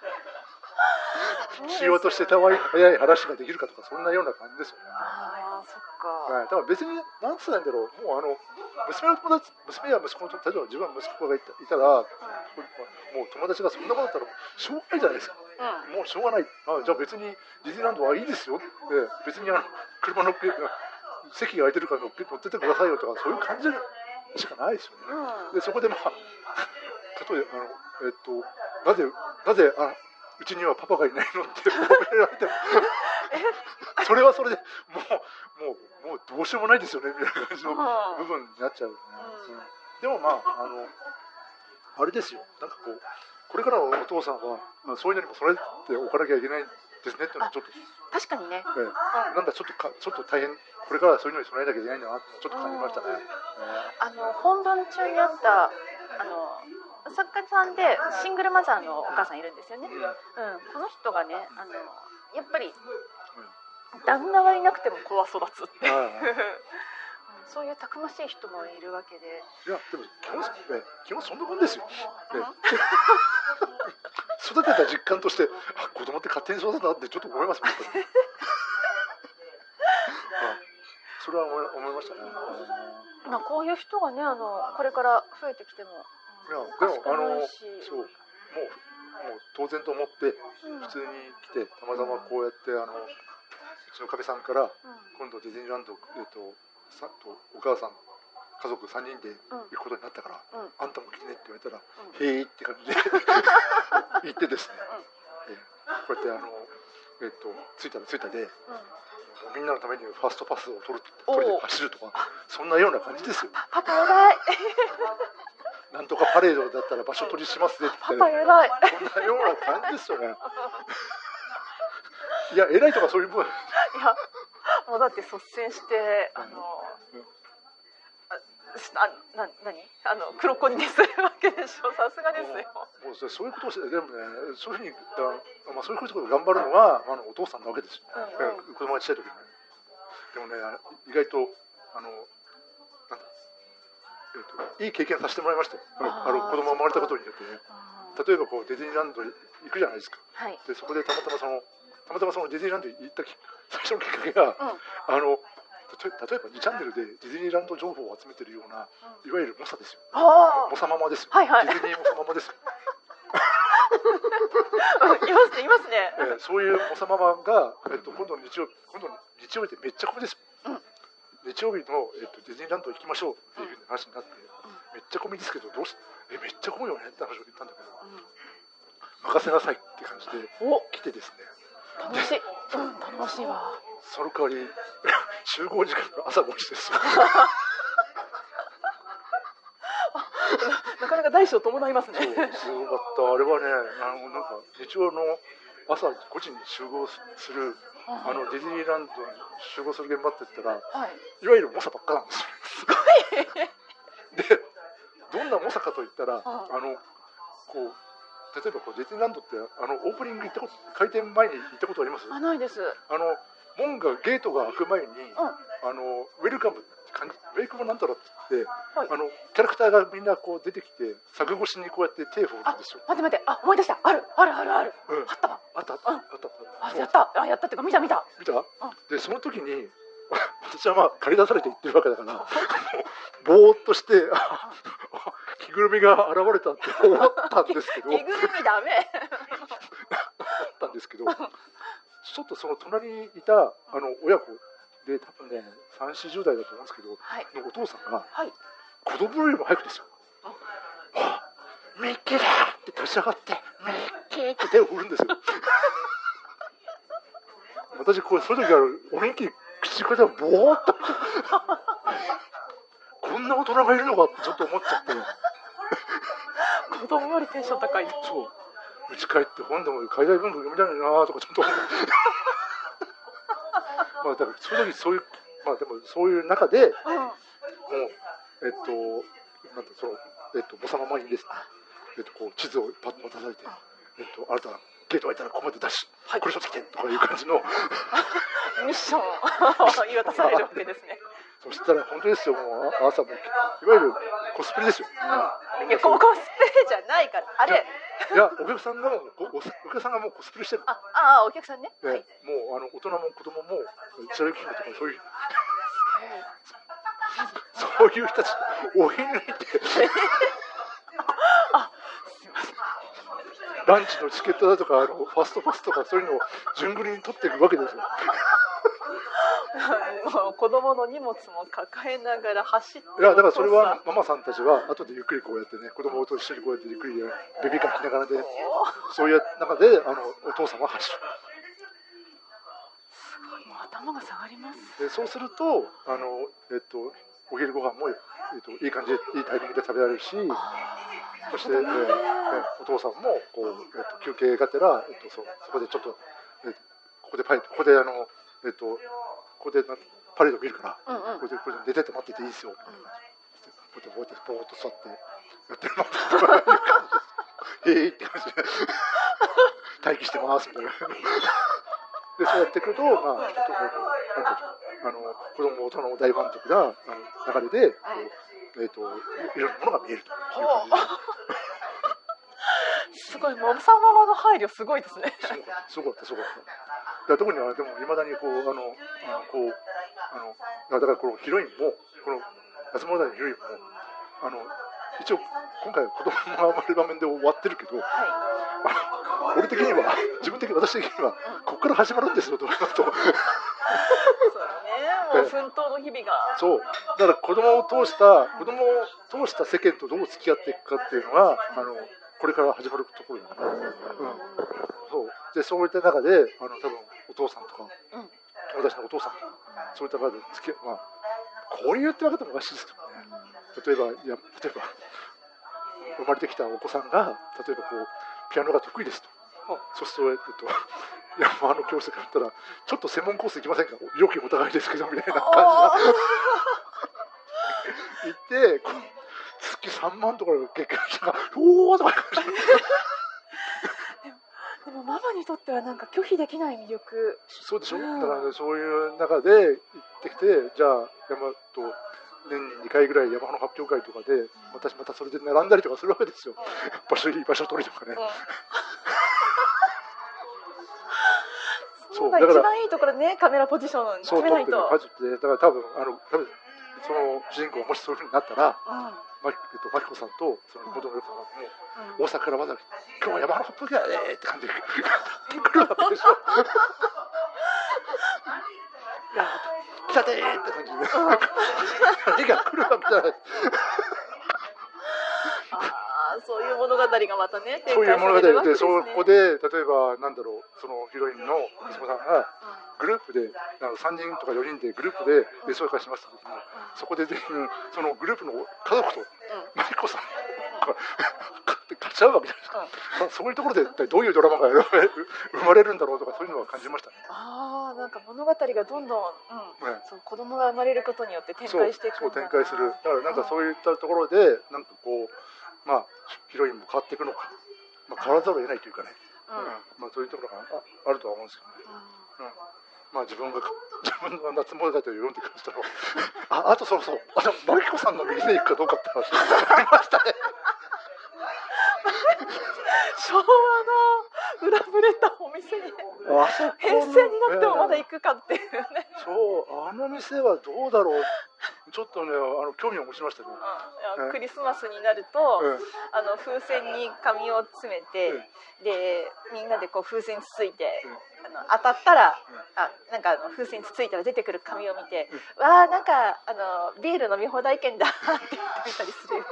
しようとしてたわい早い話ができるかとか、そんなような感じですよね。 ああ、そっか。 はい、だから別に何つったんだろう、もうあの娘の友達、娘や息子の例えば自分は息子がいた、いたら、うん、もう友達がそんなことだったらしょうがないじゃないですか。うん、もうしょうがない。あ、じゃあ別にディズニーランドはいいですよって、別にあの車乗っけ席が空いてるから乗っけ乗っててくださいよとか、そういう感じしかないですよね。うん、でそこでまあ例えばあのえっとなぜなぜあうちにはパパがいないのって褒められてもそれはそれでもうもうもうどうしようもないですよねみたいな感じの部分になっちゃう、ね。うんうん、でもまああのあれですよ、なんかこうこれからのお父さんは、まあ、そういうのにもそれっておかなきゃいけないですねっていうのはちょっと確かにね、 ええ、うん、なんかちょっとかちょっと大変、これからはそういうのに備えなきゃいけないんだなってちょっと感じましたね。 あの本番中にあったあの作家さんでシングルマザーのお母さんいるんですよね、うん、この人がねあのやっぱり旦那はいなくても子は育つってそういうたくましい人もいるわけで、 いやでも基本、ね、基本そんなもんですよ、ね、育てた実感としてあ子供って勝手に育てたってちょっと思いますもんそれは思い、思いましたね。 まあこういう人がねあのこれから増えてきても、 いやでもあのそうもうもう当然と思って普通に来て、たまたまこうやってあのうちのかみさんから、うん、今度ディズニーランド、えっと、さとお母さん家族さんにんで行くことになったから、うん、あんたも来てねって言われたら、うん、へーって感じで行ってですね、うん、えこうやってあの、えっと、着いたら着いたで、うん、みんなのためにファーストパスを取る取りで走るとかそんなような感じですよ。 パパ偉いなんとかパレードだったら場所取りしますねって言って、 パパ偉いそんなような感じですよねいや偉いとかそういうもんいやもうだって率先してあの、うんあな何あの黒子にねするわけでしょ。さすがですよ。 もうそういうことをしてでもねそういうふうにだ、まあ、そういうことを頑張るのが、まあ、お父さんなわけですよ、うんうん、子供が小さい時に、ね、でもね意外とあのなんだ、えー、といい経験させてもらいましたよ。あの子供が生まれたことによってね例えばこうディズニーランド行くじゃないですか、はい、でそこでたまたまそのたまたまそのディズニーランドに行った最初のきっかけが、うん、あの例えばにチャンネルでディズニーランド情報を集めてるような、いわゆるモサですよ。モサママですよ、 はいはい、 ディズニーモサママですよいますねいますね、 えー、そういうモサママが、えっと、今度の日曜日今度の日曜日でめっちゃ混みですよ、うん、日曜日の、えっと、ディズニーランド行きましょうっていう話になって、うん、めっちゃ混みですけどどうしえめっちゃ混むよねって話を言ったんだけど、うん、任せなさいって感じで来てですね楽しい、うん、楽しいわ。 その代わり集合時間が朝ごじですなかなか大小伴いますね。 そうすごかったあれはねあのなんか日曜の朝ごじに集合するあのディズニーランドに集合する現場って言ったら、はい、いわゆる猛者ばっかなんですよ。 すごいでどんな猛者かといったら、あのこう例えばこうディズニーランドってあのオープニング行ったこと開店前に行ったことあります？ あないです。 あの門がゲートが開く前に、うん、あのウェルカム感じウェイクもなんたらって言って、はい、あのキャラクターがみんなこう出てきて柵越しにこうやって手を振るんですよ。 待って待ってあ思い出したあるあるあるある、うん、あったわあったあった、うん、あったあやったあやったっていうか見た見た見た、うん、でその時に私はまあ借り出されて行ってるわけだからぼーっとして着ぐるみが現れたって思ったんですけど着ぐるみダメ思ったんですけどちょっとその隣にいたあの親子で多分ねさんじゅう、よんじゅう代だと思うんですけど、はい、のお父さんが、はい、子供よりも早くですよ、はあ、ミッキーだって立ち上がってミッキーって手を振るんですよ私これその時はお元気に口からボーっとこんな大人がいるのかってちょっと思っちゃって子供よりテンション高い。 そううち帰って本でも海外文学読みたいなとかちょっと思ってまあだからその時そういうまあでもそういう中で、うん、もうえっとなんだそのえっとボサママにですねえっとこう地図をパッと渡されてえっとあなたゲート開いたらここまでダッシュ、はい、これ取ってきてとかいう感じのミッションを言い渡されるわけですね。 そしたら本当ですよもう朝もいわゆるコスプレですよ、 うん、いやコスプレじゃないからあれいやお客さんがもうお客さんがもうコスプレしてるああお客さんね、 ね、はい、もうあの大人も子供も白雪姫とかそういうそういう人たちおひ抜いてあすいませんランチのチケットだとかあのファストパスとかそういうのを順繰りに取っていくわけですよ子供の荷物も抱えながら走って、 いやだからそれはママさんたちは後でゆっくりこうやってね子供と一緒にこうやってゆっくりベビーカー着ながらでそういう中であのお父さんは走る。 すごいもう頭が下がります。 でそうするとあのえっとお昼ご飯も、えっと、いい感じでいいタイミングで食べられるし、そして、ねね、お父さんもこう、えっと、休憩がてら、えっと、そ, そこでちょっと、えっと、ここでパイここであのえっとここでパレード見るから、うんうん、ここでこれで寝てて待ってていいですよみたいな感じで、こうやってこうやってぼーっと座ってやってますとかいう感じで、へーって感じで待機してますみたいな。でそうやってくると、まあ、ちょっとこうなんていうあの子供大人の大満足なあの流れで、えー、といろんなものが見えるという感じで。 すごい、モブさんママの配慮すごいですね。 すごかった、すごかった。だから特にはでもいまだにこうあのあのこうあのだからこのヒロインもこの夏物語のヒロインもあの一応今回子供が生まれる場面で終わってるけど、はい、俺的には自分的に私的にはここから始まるんですよと思いますと。そうね、もう奮闘の日々が。 そうだから子供を通した子供を通した世間とどう付き合っていくかっていうのがあのこれから始まるところだから、うん、そうでそういった中であの多分お父さんとか、うん、私のお父さんとかそういった中で付き合う、まあこういうってわけでもおかしいですけどね。例えばいや例えば生まれてきたお子さんが例えばこうピアノが得意ですと、そうすると、えっと、山の教室から言ったらちょっと専門コース行きませんか、料金お高いですけどみたいな感じが言ってこう月さんまんとかで結局したらおーとかでもママにとってはなんか拒否できない魅力。 そうでしょ、うん、だから、ね、そういう中で行ってきてじゃあ山と年ににかいぐらい山の発表会とかで、うん、私またそれで並んだりとかするわけですよ、うん、場所いい場所取りとかね、うん、 そうだから一番いいところでねカメラポジション決めないと。 そう撮ってね、だから多分あの多分その主人公がもしそういうふうになったら、うんマキ、えっと、マキコさんとその元の横さんも、うん、大阪からわざわざ今日は山の発表会だねって感じで来るわけでしょ。いや来たでーって感じで何が来るわけじゃない。 あそういう物語がまたねそういう物語で、そこで例えばなんだろうそのヒロインの息子さんがグループでさんにんとかよにんでグループで演奏会しますときに、そこで全員そのグループの家族とマリコさんが勝ち合うわけじゃないですか、うん、そういうところで一体どういうドラマが生まれるんだろうとかそういうのは感じましたね。 ああなんか物語がどんどん、うんね、そう子供が生まれることによって展開していくんだな。 そう、そう展開する。だからなんかそういったところでなんかこうまあヒロインも変わっていくのか、まあ、変わらざるを得ないというかね、うんうんまあ、そういうところが あ, あるとは思うんですけどね、うんうんまあ、自分が自分の夏物語を読んで感じたのああとそうそうあのマリコさんの店に行くかどうかって話ありましたね。 昭和の裏ぶれたお店に平成になってもまだ行くかっていうね、 えー、そうあの店はどうだろうちょっとねあの興味を持ちましたね、 うん、クリスマスになると、うん、あの風船に紙を詰めて、うん、でみんなでこう風船つついて、うん、あの当たったら、うん、あなんかあの風船つついたら出てくる紙を見て、うん、わあなんかあのビール飲み放題券だって言ってみたりするよ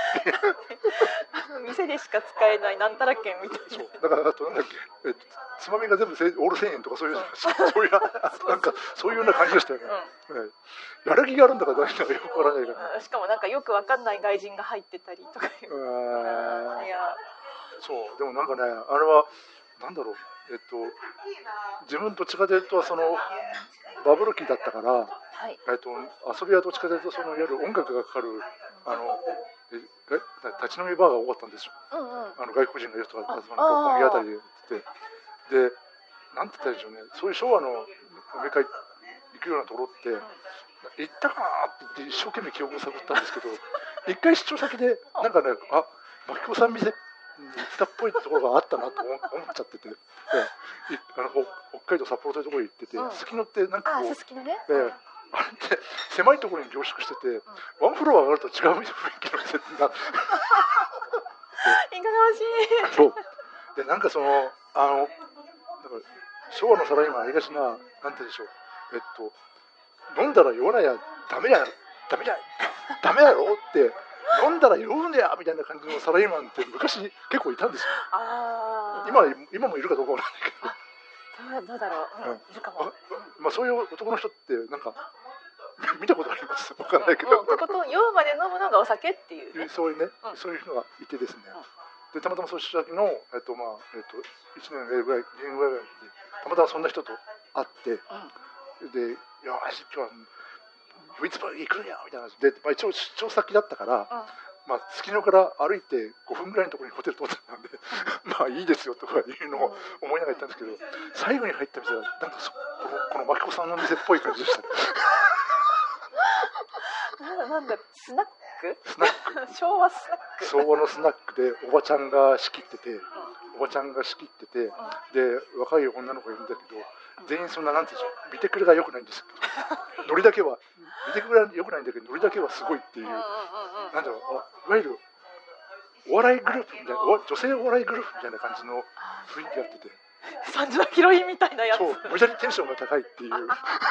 店でしか使えないなんたら券みたいな。 そうだからあとなんだっけ、えっと、つまみが全部オールせんえんとかそういう、うん、そういうなんかそういうような感じでしたよね、うんはい、やる気があるんだかないんだかよくわからないから、 うん、しかもなんかよくわかんない外人が入ってたりとかいういやそうでもなんかねあれはなんだろうえっと自分どっちかというとそのバブル期だったから、はいえっと、遊びはどっちかというとそのいわゆる音楽がかかるあのえ立ち飲みバーが多かったんですよ、うんうん、あの外国人の人がその六本木あたりでやっててでなんて言ったらいいでしょうねそういう昭和の飲み会行くようなところって、うん、行ったかなって言って一生懸命記憶を探ったんですけど一回出張先でなんかねあマキコさん店行ったっぽいところがあったなと思っちゃってて、あの北海道札幌というところに行ってて、すすきのってなんかこう、 あ、すすきのね、 えー、あれって狭いところに凝縮してて、うん、ワンフロア上がると違う雰囲気の店になっていかがわしい。 そうでなんかそのあのだから昭和のサラリーマンありがちななんて言うんでしょうえっと飲んだら酔わないやダメやダメやダメやろって飲んだら酔うんだよみたいな感じのサラリーマンって昔結構いたんですよ。あ 今, 今もいるかどうかわからないけどどうだろう、うん、いるかも、 まあ、そういう男の人ってなんか見たことありますわからないけど、 うん、とことん酔うまで飲むのがお酒っていう、ね、 そういうね、うん、そういう人がいてですね、うん、でたまたまそういう先の、えっとまあえっと、いちねんぐらいにねんぐらいでたまたまそんな人と会って、うん、でよし今日は酔いつばり行くんやみたいな話で、まあ、一応出張先だったから、 まあ、月野から歩いてごふんぐらいのところにホテル取ってたんでまあいいですよとかいうのを思いながら行ったんですけど、最後に入った店はなんかそこのこのマキコさんの店っぽい感じでしたねなんだスナックスナック昭和スナック昭和のスナックでおばちゃんが仕切ってて、おばちゃんが仕切ってて、で若い女の子がいるんだけど、全員そんななんていうんでしょう、見てくれが良くないんですけどノリだけは見てくれが良くないんだけどノリだけはすごいっていう、なんだろう、いわゆるお笑いグループみたいな、女性お笑いグループみたいな感じの雰囲気やってて、 三時のヒロインみたいなやつ、 そう無駄にテンションが高いっていう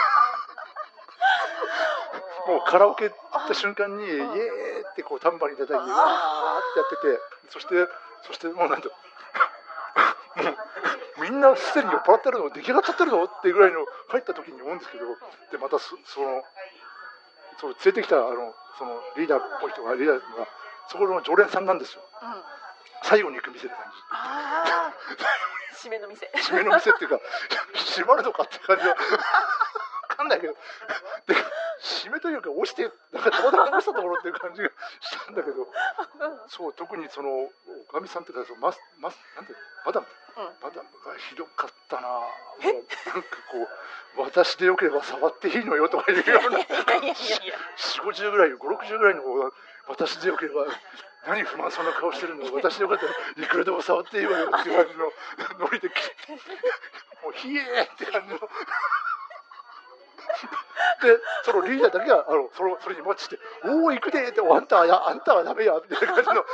もうカラオケ行った瞬間にイエーってこうタンバリン叩いてわーってやってて、そしてそしてもうなんだもうみんなすでに酔っ払ってるの出来上がっちゃってるのっていうぐらいの入った時に思うんですけど、でまた そ, そのその連れてきたあのそのリーダーっぽい人がリーダーがそこの常連さんなんですよ、うん、最後に行く店って感じ。 あ締めの店締めの店っていうか閉まるのかって感じは分かんないけど、で締めというか押してなんかたまたま押したところっていう感じがしたんだけどそう特にそのおかみさんっていうかそのマスマスなんてマダム、うん、マダムがひどかったな。なんかこう私でよければ触っていいのよとかいうようなよんじゅうごじゅうぐらいごろくじゅうぐらいの子が私でよければ何不満そうな顔してるの、私でよかったらいくらでも触っていいわよっていう感じのノリでもうひえーって感じのでそのリーダーだけがあの そ, のそれにマッチして「おお行くで」って「あんたはやあんたはダメや」みたいな感じのもう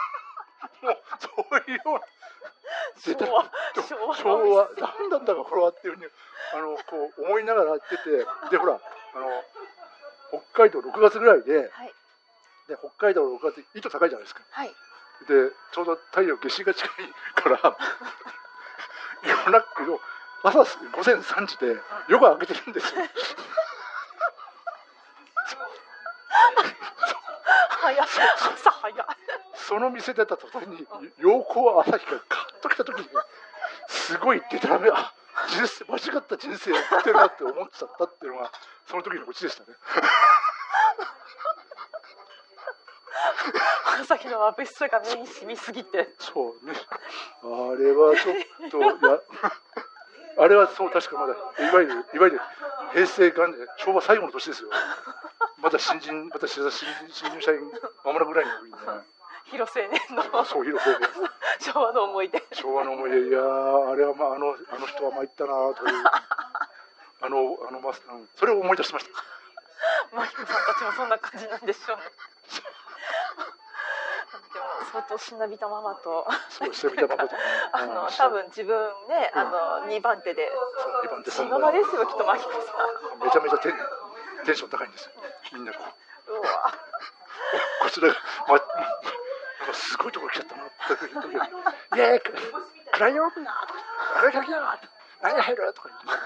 そういうような昭和昭和昭和何なんだかこれはっていうふうにあのこう思いながらやってて、でほらあの北海道ろくがつぐらいで、はい、で北海道ろくがつ糸高いじゃないですか、はい、でちょうど太陽夏至が近いから夜中の朝ごぜんさんじで夜が明けてるんですよ早朝早い。 その店出た途端に陽光朝日がカッと来た時にすごいデタラメ、あ人生間違った人生やってるなって思っちゃったっていうのがその時のオチでしたね朝日の眩しさが目に染みすぎて、 そうね、あれはちょっとやあれはそう確かまだいわゆるいわゆる平成元年昭和最後の年ですよ。まだ新人また新新入社員まもなくぐらいの時にね。 広青年のそう広青年昭和の思い出昭和の思い出、いやあれはまああのあの人は参ったなというあのあのマスそれを思い出しました。 マキコさんたちもそんな感じなんでしょうね。でも相当しなびたままとそうしなびたままとあの多分自分ね、うん、あのにばん手でにばん手しのばですよきっとマキコさんめちゃめちゃテン、テンション高いんですよみんなこううわこちらが、ま、なんかすごいところ来ちゃったなっていう時に「イエーイ暗いよみんな」とか「あれかけやがって何入る?」とか言って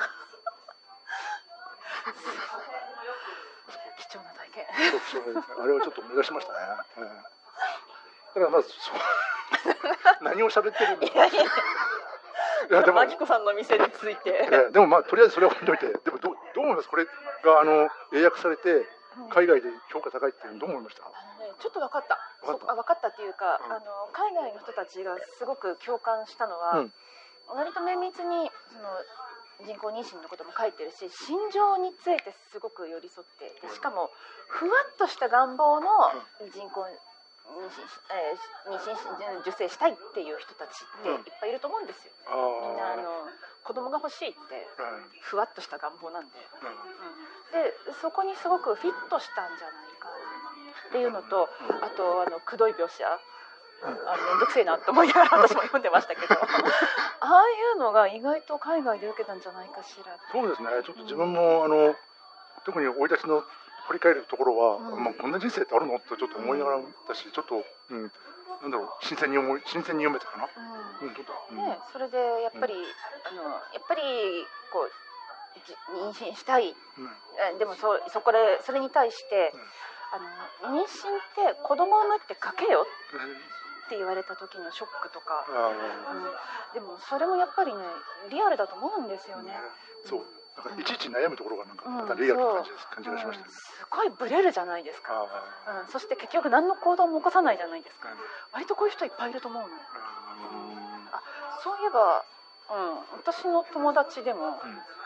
貴重な体験そうそうあれをちょっと思い出しましたね、えー、だからまずそう何を喋ってるんだいやいやいやでもマキコさんの店について、 えー、でもまあとりあえずそれは置いといて、でも ど, どう思いますこれがあの英訳されて海外で評価高いっていうのどう思いました？ あの、ね、ちょっと分かった分かった分かったっていうか、うん、あの海外の人たちがすごく共感したのは、うん、割と綿密にその人工妊娠のことも書いてるし心情についてすごく寄り添ってでしかもふわっとした願望の人工妊娠、えー、妊娠受精したいっていう人たちっていっぱいいると思うんですよ、うん、みんなあの子供が欲しいってふわっとした願望なんで、うんうん、でそこにすごくフィットしたんじゃないかっていうのと、あとあのくどい描写あのめんどくせえなと思いながら私も読んでましたけどああいうのが意外と海外で受けたんじゃないかしら。 そうですね、ちょっと自分も、うん、あの特に生い立ちの振り返るところは、うんまあ、こんな人生ってあるのってちょっと思いながらだし、ちょっと、うん、なんだろう新鮮に思い新鮮に読めたかな、うんうんちょっとうんね、 それでやっぱり、うん、あのやっぱりこう妊娠したい、うん、でも そ, そこでそれに対して、うん、あの妊娠って子供を産むって賭けよってって言われた時のショックとか、 あうん、でもそれもやっぱりねリアルだと思うんですよね。 ねそうなんかいちいち悩むところがなんかまたリアルな感じです、感じがしましたね。 うん、すごいブレるじゃないですか、 あうん、そして結局何の行動も起こさないじゃないですか、 うん割とこういう人いっぱいいると思うの。 うんあそういえば、うん、私の友達でも、 うんあの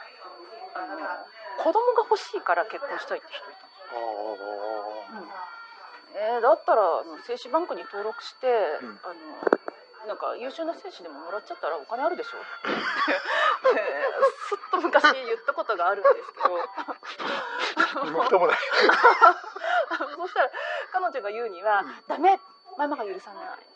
子供が欲しいから結婚したいって人いた。 あうんえー、だったらあの精子バンクに登録して、 うん、 あのなんか優秀な精子でももらっちゃったらお金あるでしょってすっと昔言ったことがあるんですけど身も蓋もないそしたら彼女が言うには、うん、ダメママが許さない。あ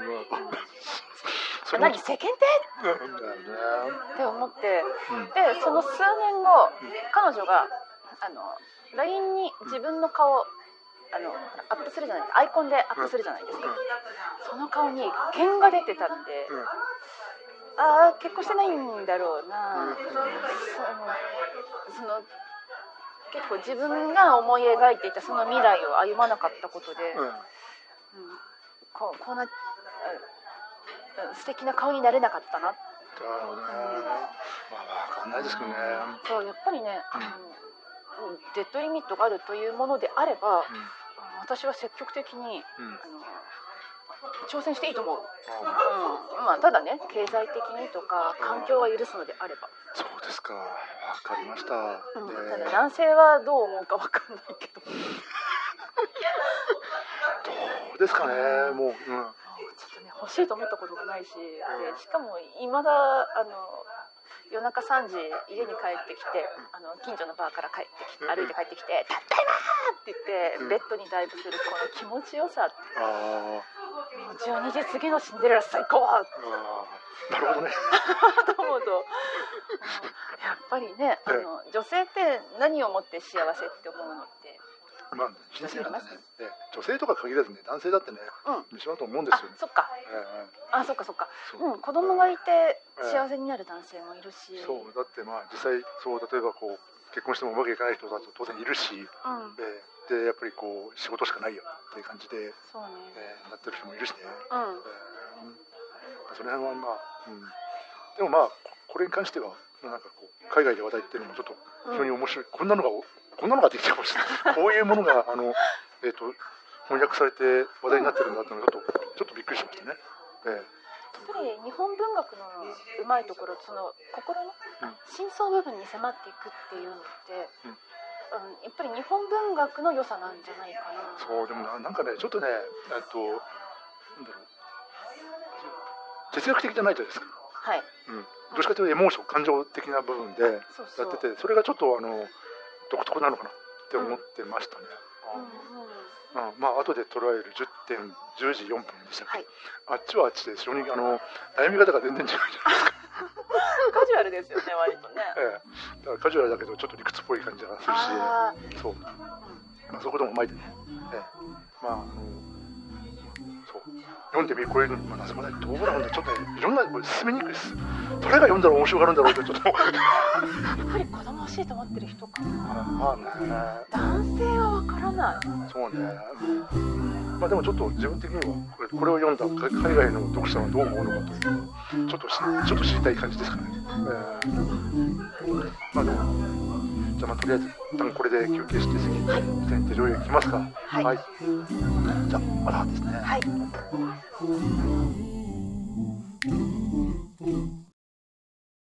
あ何世間体って思って、うん、でその数年後、うん、彼女があの ライン に自分の顔あのアップするじゃないアイコンでアップするじゃないですか、うん、その顔に剣が出てたんで、うん、ああ結婚してないんだろうな、うん、そのその結構自分が思い描いていたその未来を歩まなかったことで、うんうん、こうこうな、うん、素敵な顔になれなかったな。 なるほどね、うん、まあ分かんないですけどね。 そうやっぱりね、うん、あのデッドリミットがあるというものであれば、うん、私は積極的に、うん、あの挑戦していいと思う、うんまあ、ただね経済的にとか環境が許すのであれば。 そうですか、分かりました、 うん、ただ男性はどう思うか分かんないけどどうですかね、もう、うん、ちょっとね欲しいと思ったことがないし、でしかもいまだあの夜中さんじ家に帰ってきて、あの近所のバーから帰ってきて歩いて帰ってきて「たったいまー!」って言ってベッドにダイブするこの気持ちよさって、あじゅうにじ過ぎのシンデレラ最高ってなるほどねと思うとやっぱりねあの女性って何をもって幸せって思うのってまあ人生なんてね、女性とか限らずね男性だってね、うん、一緒だと思うんですよね。 あ、そっか、えー、あ、そっかそっかう、うん、子供がいて幸せになる男性もいるし、えー、 そうだってまあ実際そう例えばこう結婚してもうまくいかない人だと当然いるし、うん、えー、でやっぱりこう仕事しかないよっていう感じでそう、ねえー、なってる人もいるしね、うんえー、その辺はまあ、うん、でもまあこれに関してはなんかこう海外で話題っていうのもちょっと非常に面白い、うん、こんなのがこんなのができてましたこういうものがあの、えー、と翻訳されて話題になってるんだっていうのがちょっとちょっとびっくりしましたね、えー、やっぱり日本文学のうまいところその心の深層部分に迫っていくっていうのって、うんうん、やっぱり日本文学の良さなんじゃないかな。 そうでも な, なんかねちょっとねえっとなんだろう哲学的じゃないじゃないですか。はい、うん、どっちかというとエモーション感情的な部分でやってて、そうそうそれがちょっとあの独特なのかなって思ってましたね、うんうんうん、まあ後で捉えるじゅうじよんぷんでしたっけ、はい、あっちはあっちで非常にあの悩み方が全然違うじゃないですかカジュアルですよね割とね、 ええ、だからカジュアルだけどちょっと理屈っぽい感じがするしそう、まあ、そういうこともうまいでね、ええ、まああのそう読んでみるこれ、まあ、謎もないどうだろうねちょっとねいろんなこれ進めにくいです誰が読んだら面白がるんだろうってちょっとやっぱり子供欲しいと思ってる人かな。まあね男性はわからない。そうね、 まあでもちょっと自分的にはこれ、これを読んだ海外の読者はどう思うのかというのをちょっとしちょっと知りたい感じですかね、えー、まあでもじゃあまあとりあえず一旦これで休憩して次に手上へ行きますか。はい、はい、じゃあまだですね。はい。